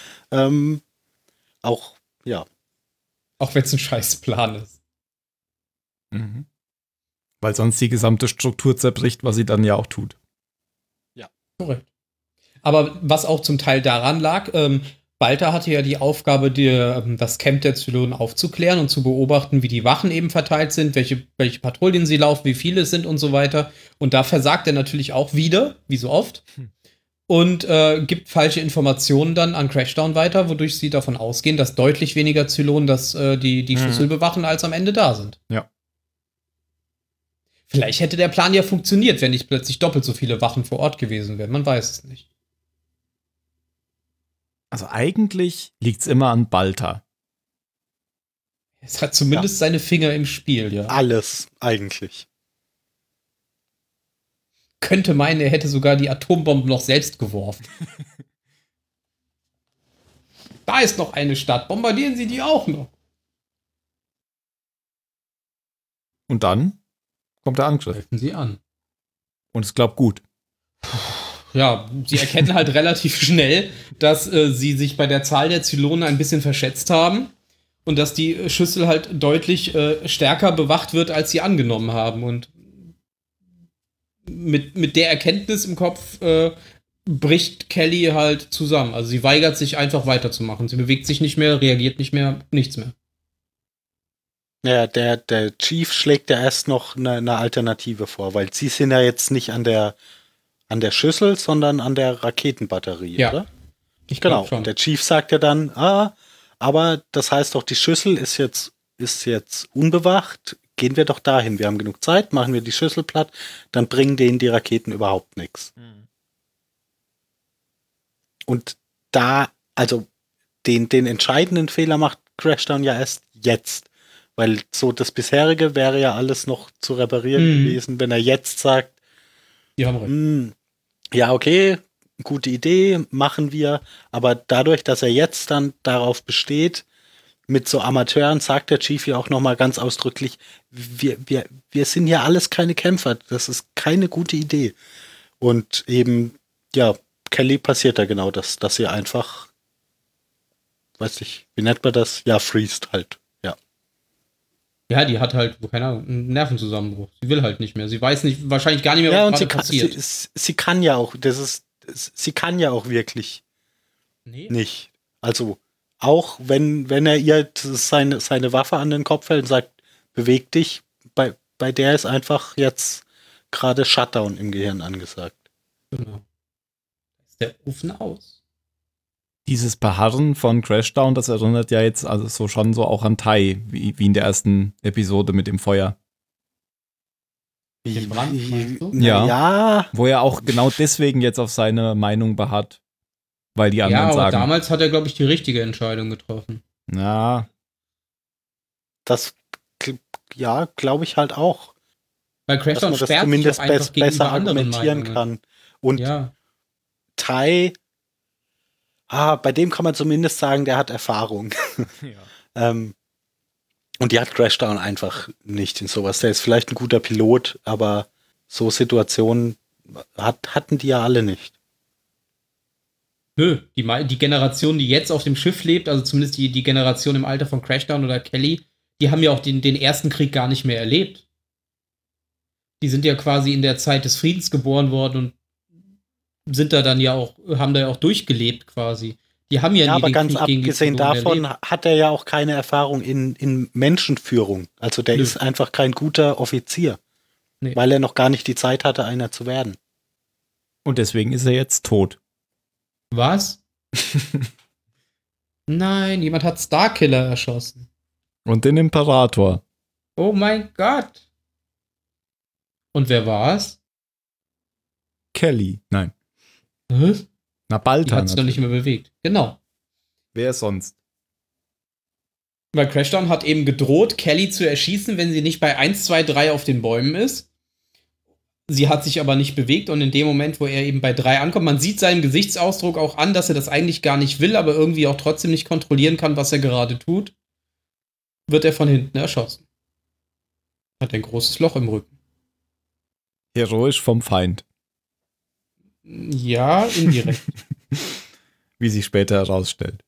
Auch wenn es ein Scheißplan ist. Mhm. Weil sonst die gesamte Struktur zerbricht, was sie dann ja auch tut. Ja, korrekt. Aber was auch zum Teil daran lag, Balta hatte ja die Aufgabe, das Camp der Zylonen aufzuklären und zu beobachten, wie die Wachen eben verteilt sind, welche Patrouillen sie laufen, wie viele es sind und so weiter. Und da versagt er natürlich auch wieder, wie so oft, und gibt falsche Informationen dann an Crashdown weiter, wodurch sie davon ausgehen, dass deutlich weniger Zylonen die Schlüssel bewachen, als am Ende da sind. Ja. Vielleicht hätte der Plan ja funktioniert, wenn nicht plötzlich doppelt so viele Wachen vor Ort gewesen wären. Man weiß es nicht. Also eigentlich liegt's immer an Balta. Es hat zumindest seine Finger im Spiel, ja. Alles, eigentlich. Könnte meinen, er hätte sogar die Atombomben noch selbst geworfen. Da ist noch eine Stadt. Bombardieren Sie die auch noch. Und dann kommt der Angriff. Greifen Sie an. Und es klappt gut. Ja, sie erkennen halt relativ schnell, dass sie sich bei der Zahl der Zylonen ein bisschen verschätzt haben und dass die Schüssel halt deutlich stärker bewacht wird, als sie angenommen haben. Und mit der Erkenntnis im Kopf bricht Kelly halt zusammen. Also sie weigert sich einfach weiterzumachen. Sie bewegt sich nicht mehr, reagiert nicht mehr, nichts mehr. Ja, der Chief schlägt ja erst noch eine Alternative vor, weil sie sind ja jetzt nicht an der Schüssel, sondern an der Raketenbatterie, ja, oder? Ich genau. Schon. Der Chief sagt ja dann, aber das heißt doch, die Schüssel ist jetzt unbewacht. Gehen wir doch dahin. Wir haben genug Zeit, machen wir die Schüssel platt, dann bringen denen die Raketen überhaupt nichts. Und da, also den entscheidenden Fehler macht Crashdown ja erst jetzt. Weil so das bisherige wäre ja alles noch zu reparieren gewesen, wenn er jetzt sagt, die haben recht. Ja, okay, gute Idee, machen wir. Aber dadurch, dass er jetzt dann darauf besteht, mit so Amateuren, sagt der Chief ja auch nochmal ganz ausdrücklich, wir sind ja alles keine Kämpfer. Das ist keine gute Idee. Und eben, ja, Kelly passiert da genau das, dass sie einfach, weiß ich, wie nennt man das? Ja, freest halt. Ja, die hat halt, keine Ahnung, einen Nervenzusammenbruch. Sie will halt nicht mehr. Sie weiß nicht, wahrscheinlich gar nicht mehr, was gerade passiert. Sie kann ja auch, sie kann ja auch wirklich nicht. Also, auch wenn er ihr seine Waffe an den Kopf hält und sagt, beweg dich, bei der ist einfach jetzt gerade Shutdown im Gehirn angesagt. Genau. Ist der Ofen aus. Dieses Beharren von Crashdown, das erinnert ja jetzt also so schon so auch an Tai, wie in der ersten Episode mit dem Feuer. Den Brand, meinst du? Ja. Wo er auch genau deswegen jetzt auf seine Meinung beharrt. Weil die anderen sagen. Ja, aber damals hat er, glaube ich, die richtige Entscheidung getroffen. Ja. Das, ja, glaube ich halt auch. Weil Crashdown dass man das zumindest besser argumentieren kann. Und Tai, bei dem kann man zumindest sagen, der hat Erfahrung. Ja. Und die hat Crashdown einfach nicht in sowas. Der ist vielleicht ein guter Pilot, aber so Situationen hatten die ja alle nicht. Nö, die Generation, die jetzt auf dem Schiff lebt, also zumindest die Generation im Alter von Crashdown oder Kelly, die haben ja auch den ersten Krieg gar nicht mehr erlebt. Die sind ja quasi in der Zeit des Friedens geboren worden und sind da dann ja auch, haben da ja auch durchgelebt quasi. Die haben ja Ja, nie aber den ganz Krieg gegen die abgesehen Zylonen davon erlebt. hat er ja auch keine Erfahrung in Menschenführung. Also der Nö. ist einfach kein guter Offizier, Nee. weil er noch gar nicht die Zeit hatte, einer zu werden. Und deswegen ist er jetzt tot. Was? Nein, jemand hat Starkiller erschossen. Und den Imperator. Oh mein Gott. Und wer war's? Kelly. Nein. Was? Na, Die Balta. hat sich noch nicht mehr bewegt. Genau. Wer sonst? Weil Crashdown hat eben gedroht, Kelly zu erschießen, wenn sie nicht bei 1, 2, 3 auf den Bäumen ist. Sie hat sich aber nicht bewegt und in dem Moment, wo er eben bei 3 ankommt, man sieht seinem Gesichtsausdruck auch an, dass er das eigentlich gar nicht will, aber irgendwie auch trotzdem nicht kontrollieren kann, was er gerade tut, wird er von hinten erschossen. Hat ein großes Loch im Rücken. Heroisch vom Feind. Ja, indirekt. Wie sich später herausstellt.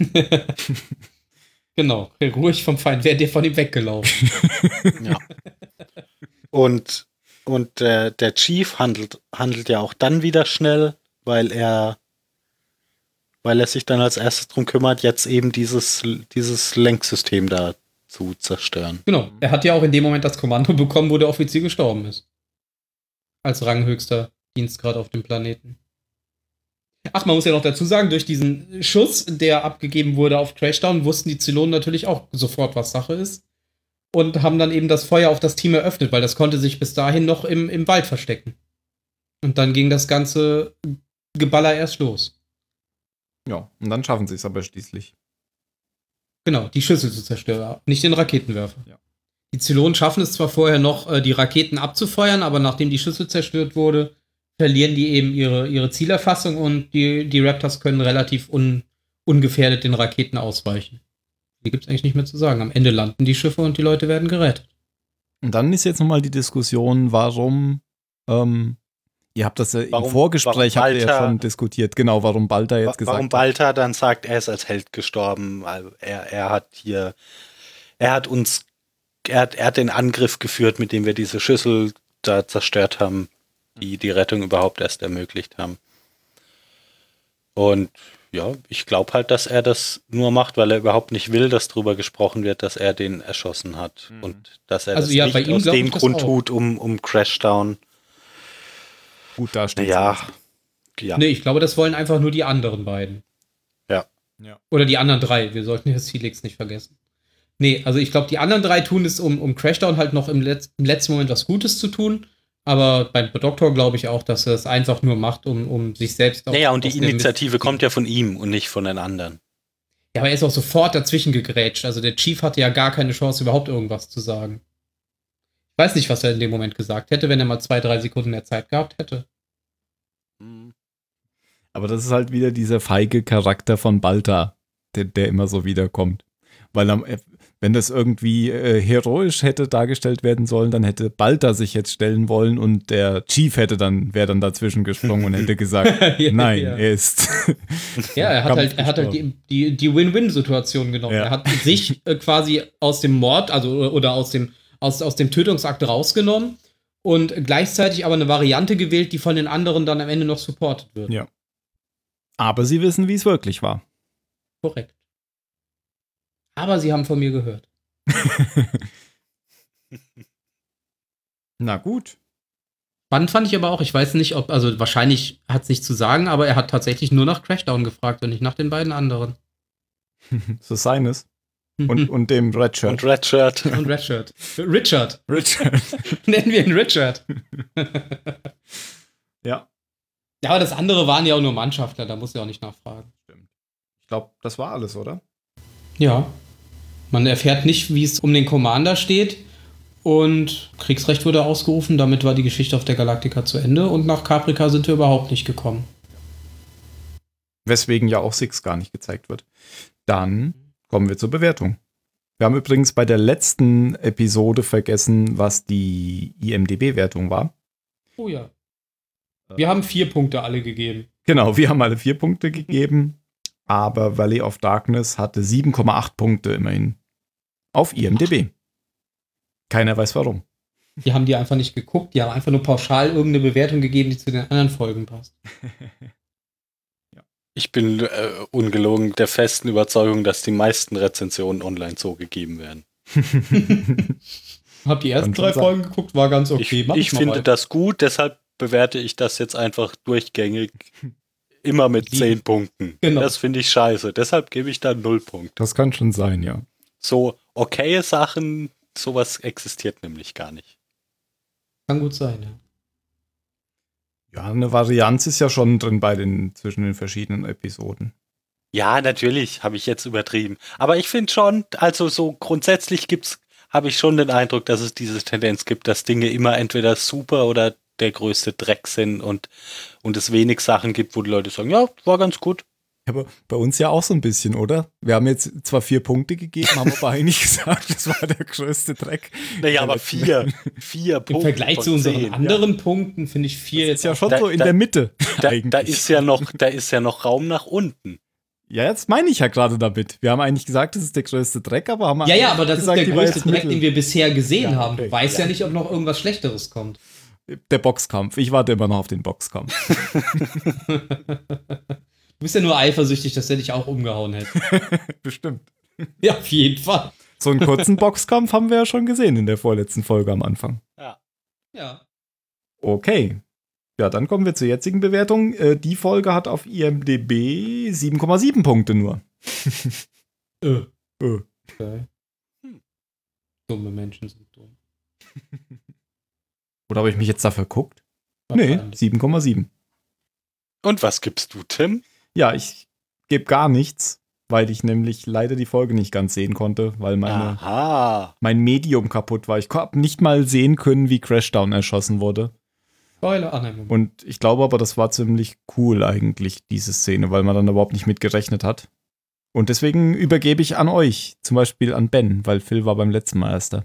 Genau, ruhig vom Feind. Wäre der von ihm weggelaufen. Ja. Und der Chief handelt ja auch dann wieder schnell, weil er sich dann als erstes drum kümmert, jetzt eben dieses Lenksystem da zu zerstören. Genau, er hat ja auch in dem Moment das Kommando bekommen, wo der Offizier gestorben ist. Als ranghöchster Dienstgrad auf dem Planeten. Ach, man muss ja noch dazu sagen, durch diesen Schuss, der abgegeben wurde auf Crashdown, wussten die Zylonen natürlich auch sofort, was Sache ist. Und haben dann eben das Feuer auf das Team eröffnet, weil das konnte sich bis dahin noch im Wald verstecken. Und dann ging das ganze Geballer erst los. Ja, und dann schaffen sie es aber schließlich. Genau, die Schüssel zu zerstören, nicht den Raketenwerfer. Ja. Die Zylonen schaffen es zwar vorher noch, die Raketen abzufeuern, aber nachdem die Schüssel zerstört wurde, verlieren die eben ihre Zielerfassung und die Raptors können relativ ungefährdet den Raketen ausweichen. Hier gibt es eigentlich nicht mehr zu sagen. Am Ende landen die Schiffe und die Leute werden gerettet. Und dann ist jetzt nochmal die Diskussion, warum, ihr habt das ja im Vorgespräch habt ihr ja schon diskutiert, genau, warum Balta jetzt gesagt warum hat. Balta dann sagt, er ist als Held gestorben, weil er hat den Angriff geführt, mit dem wir diese Schüssel da zerstört haben, die Rettung überhaupt erst ermöglicht haben. Und ja, ich glaube halt, dass er das nur macht, weil er überhaupt nicht will, dass drüber gesprochen wird, dass er den erschossen hat. Mhm. Und dass er Also das ja, nicht bei ihm aus glaub dem ich das Grund auch. tut, um Crashdown. Gut dasteht. Ja. Nee, ich glaube, das wollen einfach nur die anderen beiden. Ja. Oder die anderen 3. Wir sollten jetzt Helix nicht vergessen. Nee, also ich glaube, die anderen 3 tun es, um Crashdown halt noch im letzten Moment was Gutes zu tun. Aber beim Doktor glaube ich auch, dass er es einfach nur macht, um sich selbst auch. Naja, und die aus dem Mist Initiative zu ziehen. kommt ja von ihm und nicht von den anderen. Ja, aber er ist auch sofort dazwischen gegrätscht. Also der Chief hatte ja gar keine Chance, überhaupt irgendwas zu sagen. Ich weiß nicht, was er in dem Moment gesagt hätte, wenn er mal 2, 3 Sekunden mehr Zeit gehabt hätte. Aber das ist halt wieder dieser feige Charakter von Balta, der immer so wiederkommt. Weil wenn das irgendwie heroisch hätte dargestellt werden sollen, dann hätte Balta sich jetzt stellen wollen und der Chief wäre dann dazwischen gesprungen und hätte gesagt, nein, Ja. er ist. Ja, er hat halt die Win-Win-Situation genommen. Ja. Er hat sich quasi aus dem Mord, also oder aus dem Tötungsakt rausgenommen und gleichzeitig aber eine Variante gewählt, die von den anderen dann am Ende noch supportet wird. Ja. Aber sie wissen, wie es wirklich war. Korrekt. Aber sie haben von mir gehört. Na gut. Spannend fand ich aber auch, ich weiß nicht, also wahrscheinlich hat es nichts zu sagen, aber er hat tatsächlich nur nach Crashdown gefragt und nicht nach den beiden anderen. So seines. Und dem Red Shirt. Und Red Shirt. Und Redshirt. Richard. Richard. Nennen wir ihn Richard. Ja. Ja, aber das andere waren ja auch nur Mannschaftler, da muss er auch nicht nachfragen. Ich glaube, das war alles, oder? Ja. Man erfährt nicht, wie es um den Commander steht. Und Kriegsrecht wurde ausgerufen, damit war die Geschichte auf der Galactica zu Ende. Und nach Caprica sind wir überhaupt nicht gekommen. Weswegen ja auch Six gar nicht gezeigt wird. Dann kommen wir zur Bewertung. Wir haben übrigens bei der letzten Episode vergessen, was die IMDb-Wertung war. Oh ja. Wir haben 4 Punkte alle gegeben. Genau, wir haben alle 4 Punkte gegeben. Aber Valley of Darkness hatte 7,8 Punkte immerhin. Auf IMDb. Keiner weiß warum. Die haben die einfach nicht geguckt, die haben einfach nur pauschal irgendeine Bewertung gegeben, die zu den anderen Folgen passt. Ich bin ungelogen der festen Überzeugung, dass die meisten Rezensionen online so gegeben werden. Hab die ersten 3 Folgen geguckt, war ganz okay. Ich finde das gut, deshalb bewerte ich das jetzt einfach durchgängig immer mit 10 Punkten. Genau. Das finde ich scheiße, deshalb gebe ich da 0 Punkte. Das kann schon sein, ja. So okaye Sachen, sowas existiert nämlich gar nicht. Kann gut sein, ja. Ja, eine Varianz ist ja schon drin zwischen den verschiedenen Episoden. Ja, natürlich, habe ich jetzt übertrieben. Aber ich finde schon, also so grundsätzlich habe ich schon den Eindruck, dass es diese Tendenz gibt, dass Dinge immer entweder super oder der größte Dreck sind und es wenig Sachen gibt, wo die Leute sagen, ja, war ganz gut. Aber bei uns ja auch so ein bisschen, oder? Wir haben jetzt zwar 4 Punkte gegeben, haben aber eigentlich gesagt, das war der größte Dreck. Naja, aber 4 Punkte. Im Vergleich zu unseren 10, anderen Punkten finde ich 4 jetzt ist ja schon so in der Mitte. Da ist ja noch Raum nach unten. Ja, jetzt meine ich ja gerade damit. Wir haben eigentlich gesagt, das ist der größte Dreck, aber haben Ja, aber das gesagt, ist der größte Dreck, den wir bisher gesehen Ja, haben. okay. Du weißt ja nicht, ob noch irgendwas Schlechteres kommt. Der Boxkampf. Ich warte immer noch auf den Boxkampf. Du bist ja nur eifersüchtig, dass der dich auch umgehauen hätte. Bestimmt. Ja, auf jeden Fall. So einen kurzen Boxkampf haben wir ja schon gesehen in der vorletzten Folge am Anfang. Ja. Okay. Ja, dann kommen wir zur jetzigen Bewertung. Die Folge hat auf IMDb 7,7 Punkte nur. Okay. Dumme Menschen sind dumm. Oder habe ich mich jetzt da verguckt? Nee, 7,7. Und was gibst du, Tim? Ja, ich gebe gar nichts, weil ich nämlich leider die Folge nicht ganz sehen konnte, weil mein Medium kaputt war. Ich habe nicht mal sehen können, wie Crashdown erschossen wurde. Spoiler. Und ich glaube aber, das war ziemlich cool eigentlich, diese Szene, weil man dann überhaupt nicht mit gerechnet hat. Und deswegen übergebe ich an euch, zum Beispiel an Ben, weil Phil war beim letzten Mal Erster.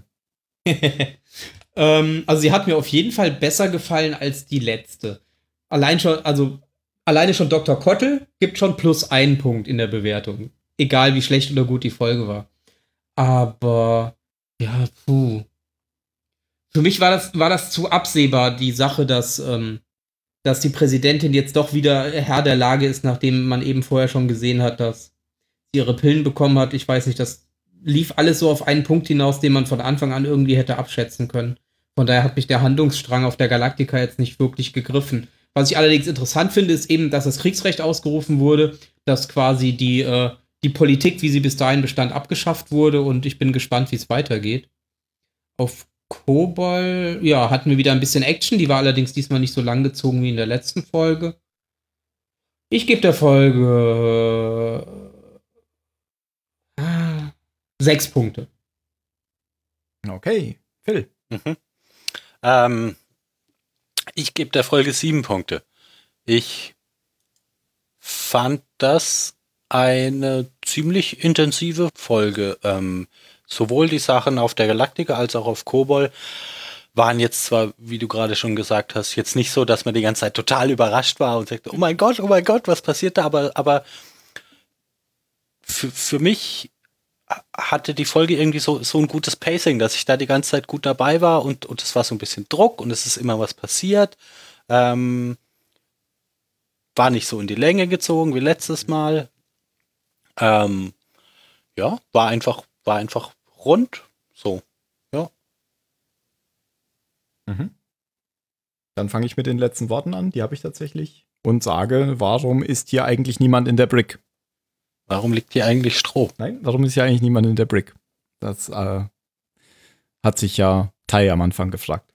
Also sie hat mir auf jeden Fall besser gefallen als die letzte. Alleine schon Dr. Kottel gibt schon +1 Punkt in der Bewertung. Egal wie schlecht oder gut die Folge war. Aber, ja, Für mich war das zu absehbar, die Sache, dass die Präsidentin jetzt doch wieder Herr der Lage ist, nachdem man eben vorher schon gesehen hat, dass sie ihre Pillen bekommen hat. Ich weiß nicht, das lief alles so auf einen Punkt hinaus, den man von Anfang an irgendwie hätte abschätzen können. Von daher hat mich der Handlungsstrang auf der Galaktika jetzt nicht wirklich gegriffen. Was ich allerdings interessant finde, ist eben, dass das Kriegsrecht ausgerufen wurde, dass quasi die Politik, wie sie bis dahin bestand, abgeschafft wurde und ich bin gespannt, wie es weitergeht. Auf Kobol, ja, hatten wir wieder ein bisschen Action, die war allerdings diesmal nicht so lang gezogen wie in der letzten Folge. Ich gebe der Folge 6 Punkte. Okay, Phil. Ich gebe der Folge 7 Punkte. Ich fand das eine ziemlich intensive Folge. Sowohl die Sachen auf der Galaktika als auch auf Kobol waren jetzt zwar, wie du gerade schon gesagt hast, jetzt nicht so, dass man die ganze Zeit total überrascht war und sagte, oh mein Gott, was passiert da? Aber für mich hatte die Folge irgendwie so ein gutes Pacing, dass ich da die ganze Zeit gut dabei war und es war so ein bisschen Druck und es ist immer was passiert. War nicht so in die Länge gezogen wie letztes Mal. Ja, war einfach rund. So, ja. Dann fange ich mit den letzten Worten an, die habe ich tatsächlich. Und sage, warum ist hier eigentlich niemand in der Brick? Warum liegt hier eigentlich Stroh? Nein, warum ist hier eigentlich niemand in der Brick? Das hat sich ja Tai am Anfang gefragt.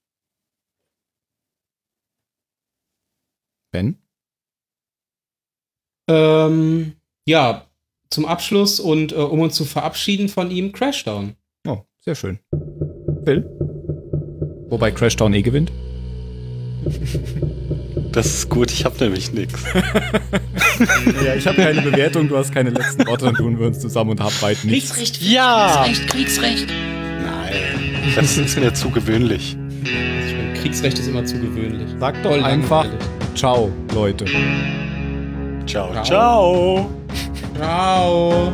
Ben? Ja, zum Abschluss und um uns zu verabschieden von ihm, Crashdown. Oh, sehr schön. Phil? Wobei Crashdown gewinnt. Das ist gut, ich habe nämlich nichts. Ja, ich habe keine Bewertung, du hast keine letzten Worte, dann tun wir uns zusammen und haben beide nichts. Kriegsrecht. Ja! Kriegsrecht. Nein, das ist mir zu gewöhnlich. Kriegsrecht ist immer zu gewöhnlich. Sag doch einfach ciao, Leute. Ciao, ciao. Ciao.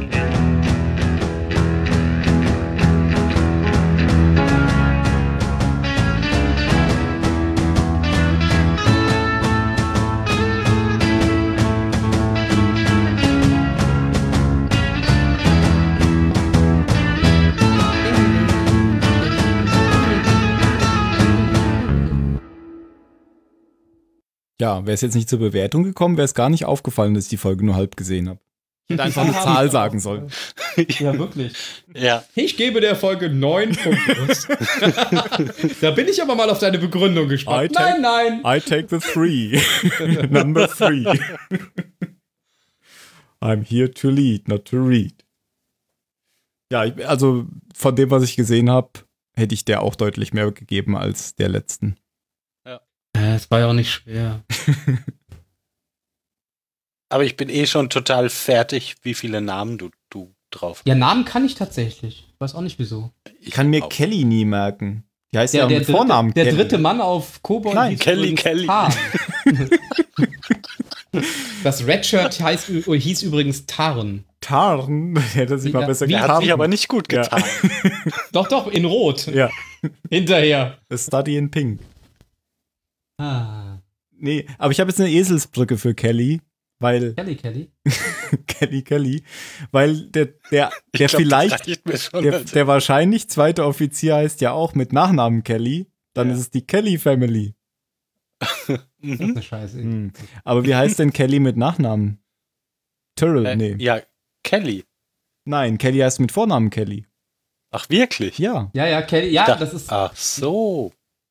klar. Wäre es jetzt nicht zur Bewertung gekommen, wäre es gar nicht aufgefallen, dass ich die Folge nur halb gesehen habe. Ich hätte einfach eine Zahl sagen sollen. Ja, wirklich. Ja. Ich gebe der Folge 9 Punkte. Da bin ich aber mal auf deine Begründung gespannt. Nein. I take the 3. Number 3. I'm here to lead, not to read. Ja, also von dem, was ich gesehen habe, hätte ich der auch deutlich mehr gegeben als der letzten. Es war ja auch nicht schwer. Aber ich bin schon total fertig, wie viele Namen du drauf hast. Ja, Namen kann ich tatsächlich. Ich weiß auch nicht wieso. Ich kann mir Kelly nie merken. Die heißt ja mit Vornamen der Kelly. dritte Mann auf Kobold. Nein, Kelly. Das Redshirt hieß übrigens Tarn. Tarn, hätte sich mal besser Der hat sich aber nicht gut getan. Ja. Doch, in Rot. Ja. Hinterher. A Study in Pink. Ah. Nee, aber ich habe jetzt eine Eselsbrücke für Kelly, weil Kelly. Kelly, weil der Ich glaub, vielleicht, das mir schon, der wahrscheinlich zweite Offizier heißt ja auch mit Nachnamen Kelly, dann ist es die Kelly Family. Das ist eine Scheiße. Aber wie heißt denn Kelly mit Nachnamen? Tyrrell, nee. Ja, Kelly. Nein, Kelly heißt mit Vornamen Kelly. Ach, wirklich? Ja. Ja, Kelly. Ja, das ist. Ach so.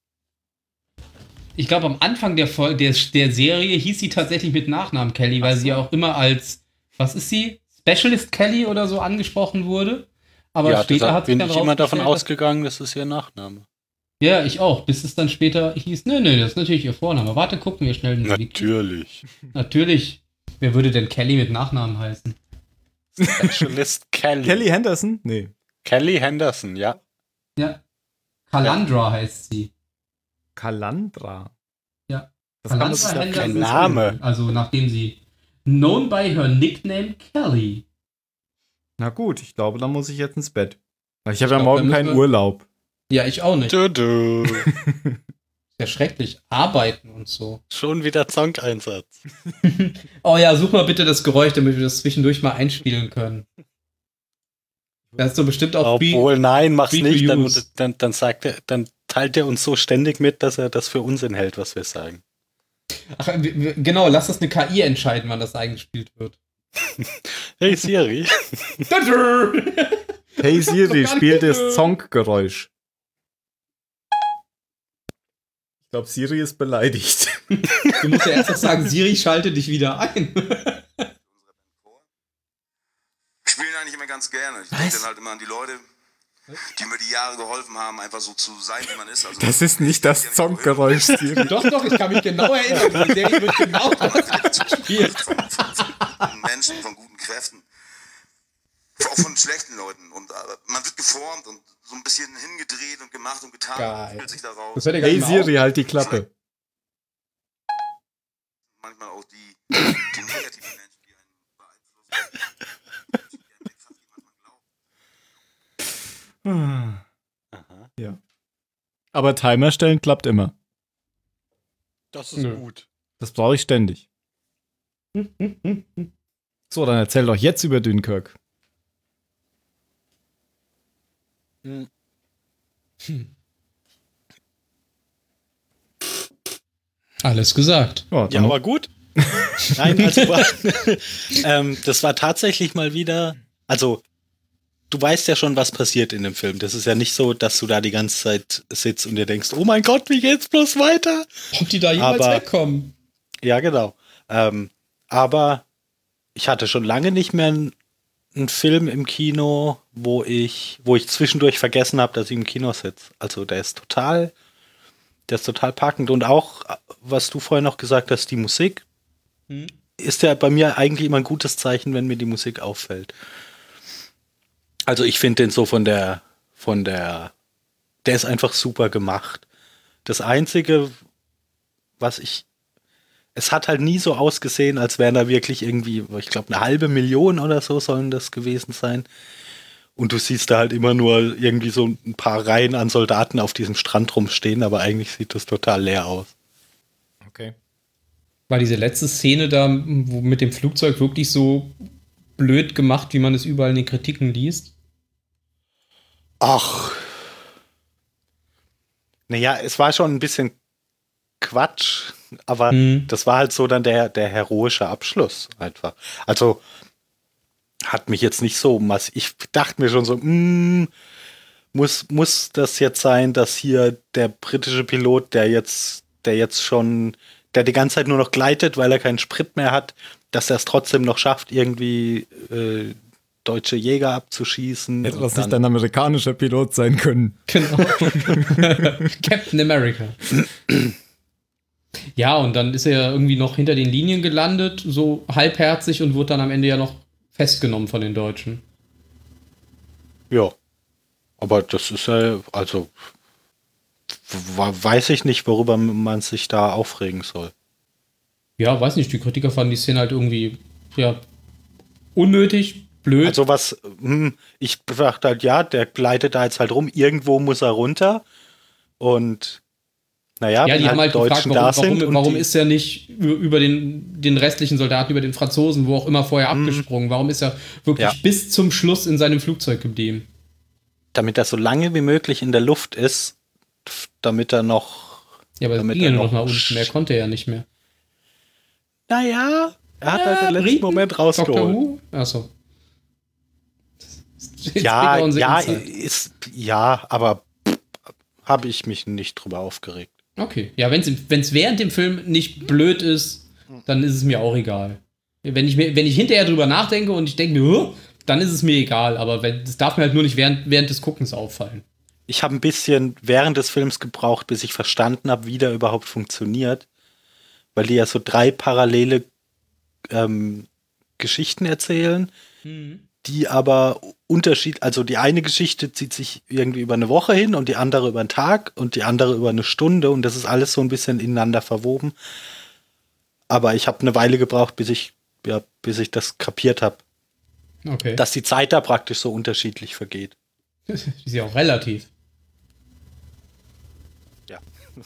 Ich glaube, am Anfang der Serie hieß sie tatsächlich mit Nachnamen Kelly, weil sie ja auch immer als, was ist sie? Specialist Kelly oder so angesprochen wurde. Aber Ja, später hat sich bin dann ich immer davon rausgestellt, ausgegangen, das ist ihr Nachname. Ja, ich auch. Bis es dann später hieß, nee, das ist natürlich ihr Vorname. Warte, gucken wir schnell. Natürlich. Natürlich. Wer würde denn Kelly mit Nachnamen heißen? Specialist Kelly. Kelly Henderson? Nee. Kelly Henderson, ja. Ja. Calandra heißt sie. Calandra. Ja. Das kann man Calandra sich ja Henderson. kein Name. Also nachdem sie known by her nickname Kelly. Na gut, ich glaube, dann muss ich jetzt ins Bett. Weil ich habe ja glaub, morgen dann keinen müssen wir- Urlaub. Ja, ich auch nicht. Du. Ist ja schrecklich. Arbeiten und so. Schon wieder Song-Einsatz. Oh ja, such mal bitte das Geräusch, damit wir das zwischendurch mal einspielen können. Das ist so bestimmt auch Obwohl, nein, mach's free to nicht. use. Dann teilt er uns so ständig mit, dass er das für Unsinn hält, was wir sagen. Ach, genau, lass das eine KI entscheiden, wann das eingespielt wird. Hey Siri. Hey Siri, Doch gar spiel nicht. das Songgeräusch. Ich glaube, Siri ist beleidigt. Du musst ja erst noch sagen, Siri, schalte dich wieder ein. Spielen eigentlich immer ganz gerne. Ich denke dann halt immer an die Leute, die mir die Jahre geholfen haben, einfach so zu sein, wie man ist. Also Das ist nicht das Songgeräusch, Siri. Doch, ich kann mich genau erinnern. Die Serie wird genau das gespielt. von Menschen, von guten Kräften. Auch von schlechten Leuten. Und man wird geformt und so ein bisschen hingedreht und gemacht und getan. Geil. Und fühlt sich daraus. Das hört ihr gar Hey nicht mehr auf. Siri, halt die Klappe. Manchmal auch die negativen Menschen, die einen beeinflussen. Die einem exakt jemand glaubt. Ja. Aber Timer stellen klappt immer. Das ist Nö. gut. Das brauche ich ständig. So, dann erzähl doch jetzt über Dunkirk. Alles gesagt. Ja, Ja, dann aber gut. Nein, also das war tatsächlich mal wieder, also du weißt ja schon, was passiert in dem Film. Das ist ja nicht so, dass du da die ganze Zeit sitzt und dir denkst, oh mein Gott, wie geht's bloß weiter? Ob die da jemals Aber- wegkommen? Ja, genau. Aber ich hatte schon lange nicht mehr einen Film im Kino, wo ich zwischendurch vergessen habe, dass ich im Kino sitze. Also der ist total packend. Und auch, was du vorher noch gesagt hast, die Musik ist ja bei mir eigentlich immer ein gutes Zeichen, wenn mir die Musik auffällt. Also ich finde den so der ist einfach super gemacht. Das Einzige, es hat halt nie so ausgesehen, als wären da wirklich irgendwie, ich glaube, 500.000 oder so sollen das gewesen sein. Und du siehst da halt immer nur irgendwie so ein paar Reihen an Soldaten auf diesem Strand rumstehen, aber eigentlich sieht das total leer aus. Okay. War diese letzte Szene da wo mit dem Flugzeug wirklich so blöd gemacht, wie man es überall in den Kritiken liest? Ach. Naja, es war schon ein bisschen Quatsch, aber das war halt so dann der heroische Abschluss einfach. Also hat mich jetzt nicht so ich dachte mir schon so, muss das jetzt sein, dass hier der britische Pilot, der die ganze Zeit nur noch gleitet, weil er keinen Sprit mehr hat, dass er es trotzdem noch schafft, irgendwie deutsche Jäger abzuschießen. Hätte das nicht ein amerikanischer Pilot sein können. Genau. Captain America. Ja, und dann ist er ja irgendwie noch hinter den Linien gelandet, so halbherzig, und wurde dann am Ende ja noch festgenommen von den Deutschen. Ja. Aber das ist ja, also weiß ich nicht, worüber man sich da aufregen soll. Ja, weiß nicht, die Kritiker fanden die Szene halt irgendwie, ja, unnötig, blöd. Also ich dachte halt, ja, der gleitet da jetzt halt rum, irgendwo muss er runter und naja, ja, die haben halt Deutschen gefragt, da sind. warum ist er nicht über den restlichen Soldaten, über den Franzosen, wo auch immer vorher abgesprungen? Warum ist er wirklich bis zum Schluss in seinem Flugzeug geblieben? Damit er so lange wie möglich in der Luft ist, damit er noch... Ja, aber es ging ja nur noch nach unten, mehr konnte er ja nicht mehr. Naja, er hat halt den letzten Moment rausgeholt. Dr. Who? Achso. Aber habe ich mich nicht drüber aufgeregt. Okay, ja, wenn es während dem Film nicht blöd ist, dann ist es mir auch egal. Wenn ich hinterher drüber nachdenke und ich denke mir, dann ist es mir egal, aber das darf mir halt nur nicht während des Guckens auffallen. Ich habe ein bisschen während des Films gebraucht, bis ich verstanden habe, wie der überhaupt funktioniert, weil die ja so 3 parallele Geschichten erzählen, die aber also die eine Geschichte zieht sich irgendwie über eine Woche hin und die andere über einen Tag und die andere über eine Stunde und das ist alles so ein bisschen ineinander verwoben. Aber ich habe eine Weile gebraucht, bis ich das kapiert habe. Okay. Dass die Zeit da praktisch so unterschiedlich vergeht. Das ist ja auch relativ. Ja.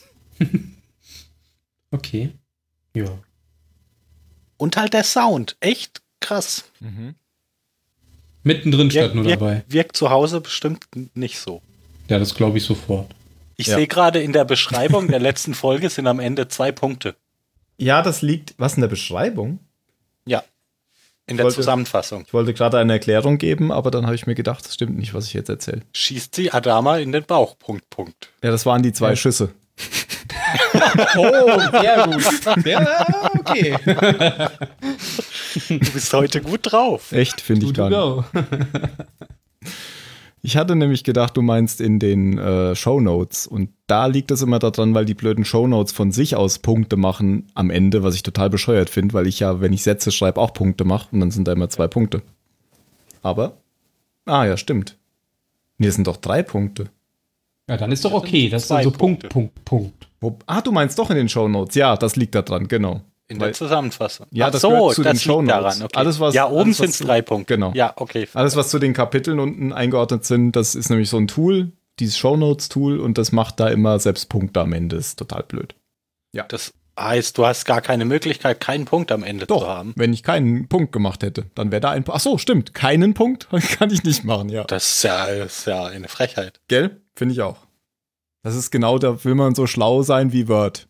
Okay. Ja. Und halt der Sound. Echt krass. Mittendrin statt nur dabei. Wirkt zu Hause bestimmt nicht so. Ja, das glaube ich sofort. Ich sehe gerade in der Beschreibung der letzten Folge sind am Ende 2 Punkte. Ja, das liegt, was in der Beschreibung? Ja, in der Zusammenfassung. Ich wollte gerade eine Erklärung geben, aber dann habe ich mir gedacht, das stimmt nicht, was ich jetzt erzähle. Schießt sie Adama in den Bauch, Punkt. Ja, das waren die 2 Schüsse. Oh, sehr gut. Ja, okay. Du bist heute gut drauf. Echt, finde ich gar nicht. Ich hatte nämlich gedacht, du meinst in den Shownotes. Und da liegt es immer daran, weil die blöden Shownotes von sich aus Punkte machen am Ende, was ich total bescheuert finde, weil ich ja, wenn ich Sätze schreibe, auch Punkte mache. Und dann sind da immer 2 Punkte. Aber, ja, stimmt. Nee, das sind doch 3 Punkte. Ja, dann ist doch okay. Das ist dann so Punkt. Du meinst doch in den Shownotes. Ja, das liegt da dran, genau. In der Zusammenfassung. Ja, das gehört zu den Shownotes. Daran. Okay. Oben sind es 3 Punkte. Genau. Ja, okay. Alles, was zu den Kapiteln unten eingeordnet sind, das ist nämlich so ein Tool, dieses Shownotes-Tool, und das macht da immer selbst Punkte am Ende. Ist total blöd. Ja. Das heißt, du hast gar keine Möglichkeit, keinen Punkt am Ende zu haben. Wenn ich keinen Punkt gemacht hätte, dann wäre da ein Punkt. Ach so, stimmt. Keinen Punkt kann ich nicht machen, ja. Das ist ja eine Frechheit. Gell? Finde ich auch. Das ist genau, da will man so schlau sein wie Word.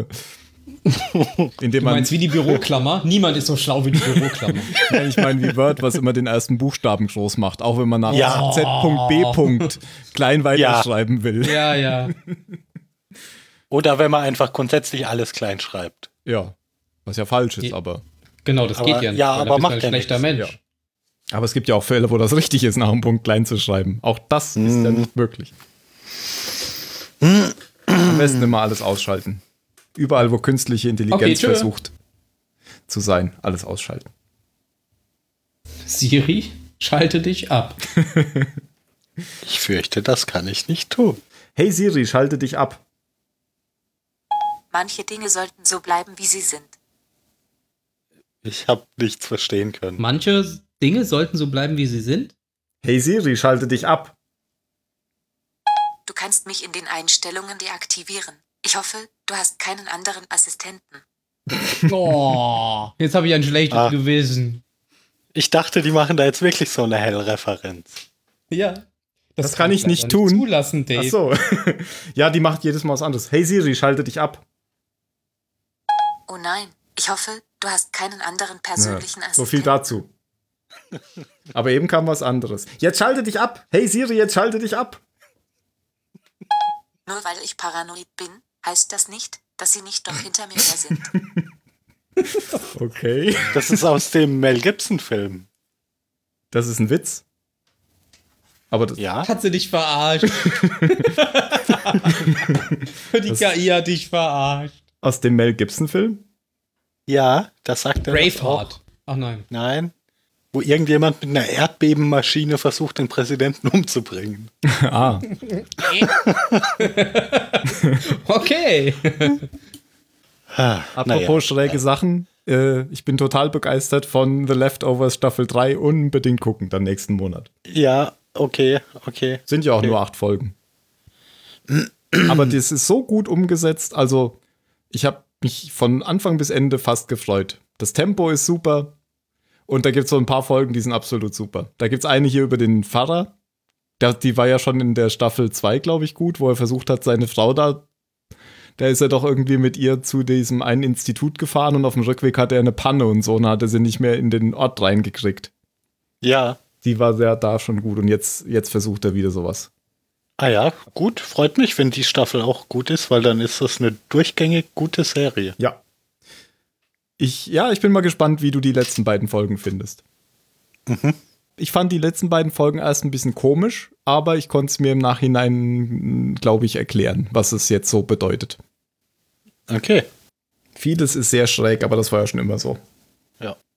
Du meinst wie die Büroklammer? Niemand ist so schlau wie die Büroklammer. Ich meine wie Word, was immer den ersten Buchstaben groß macht, auch wenn man nach Z.B. klein weiterschreiben will. Ja. Oder wenn man einfach grundsätzlich alles klein schreibt. Ja, was ja falsch ist, aber... Genau, das geht ja nicht. Ja, aber macht ein schlechter nichts. Mensch. Ja. Aber es gibt ja auch Fälle, wo das richtig ist, nach einem Punkt klein zu schreiben. Auch das ist ja nicht möglich. Am besten immer alles ausschalten. Überall, wo künstliche Intelligenz versucht zu sein, alles ausschalten. Siri, schalte dich ab. Ich fürchte, das kann ich nicht tun. Hey Siri, schalte dich ab. Manche Dinge sollten so bleiben, wie sie sind. Ich habe nichts verstehen können. Manche Dinge sollten so bleiben, wie sie sind? Hey Siri, schalte dich ab. Du kannst mich in den Einstellungen deaktivieren. Ich hoffe, du hast keinen anderen Assistenten. Oh, jetzt habe ich ein schlechtes Gewissen. Ich dachte, die machen da jetzt wirklich so eine Hell-Referenz. Ja. Das kann ich nicht tun. Zulassen, Dave. Ach so. Ja, die macht jedes Mal was anderes. Hey Siri, schalte dich ab. Oh nein, ich hoffe, du hast keinen anderen persönlichen Ja, Assistenten. so viel dazu. Aber eben kam was anderes. Jetzt schalte dich ab. Hey Siri, jetzt schalte dich ab. Nur weil ich paranoid bin, heißt das nicht, dass sie nicht doch hinter mir her sind. Okay. Das ist aus dem Mel Gibson-Film. Das ist ein Witz. Aber das, Ja. Hat sie dich verarscht. Die KI hat dich verarscht. aus dem Mel Gibson-Film? Ja, das sagt er. Braveheart. Ach nein. Nein. Wo irgendjemand mit einer Erdbebenmaschine versucht, den Präsidenten umzubringen. Ah, Okay. apropos schräge Sachen. Ich bin total begeistert von The Leftovers Staffel 3. Unbedingt gucken, dann nächsten Monat. Ja, okay. Sind ja auch Okay. nur 8 Folgen. Aber das ist so gut umgesetzt. Also, ich habe mich von Anfang bis Ende fast gefreut. Das Tempo ist super. Und da gibt es so ein paar Folgen, die sind absolut super. Da gibt es eine hier über den Pfarrer. Die war ja schon in der Staffel 2, glaube ich, gut, wo er versucht hat, seine Frau da ist er doch irgendwie mit ihr zu diesem einen Institut gefahren und auf dem Rückweg hatte er eine Panne und so und hatte sie nicht mehr in den Ort reingekriegt. Ja. Die war sehr da schon gut und jetzt versucht er wieder sowas. Ah ja, gut. Freut mich, wenn die Staffel auch gut ist, weil dann ist das eine durchgängig gute Serie. Ja. Ich bin mal gespannt, wie du die letzten beiden Folgen findest. Ich fand die letzten beiden Folgen erst ein bisschen komisch, aber ich konnte es mir im Nachhinein, glaube ich, erklären, was es jetzt so bedeutet. Okay. Vieles ist sehr schräg, aber das war ja schon immer so. Ja.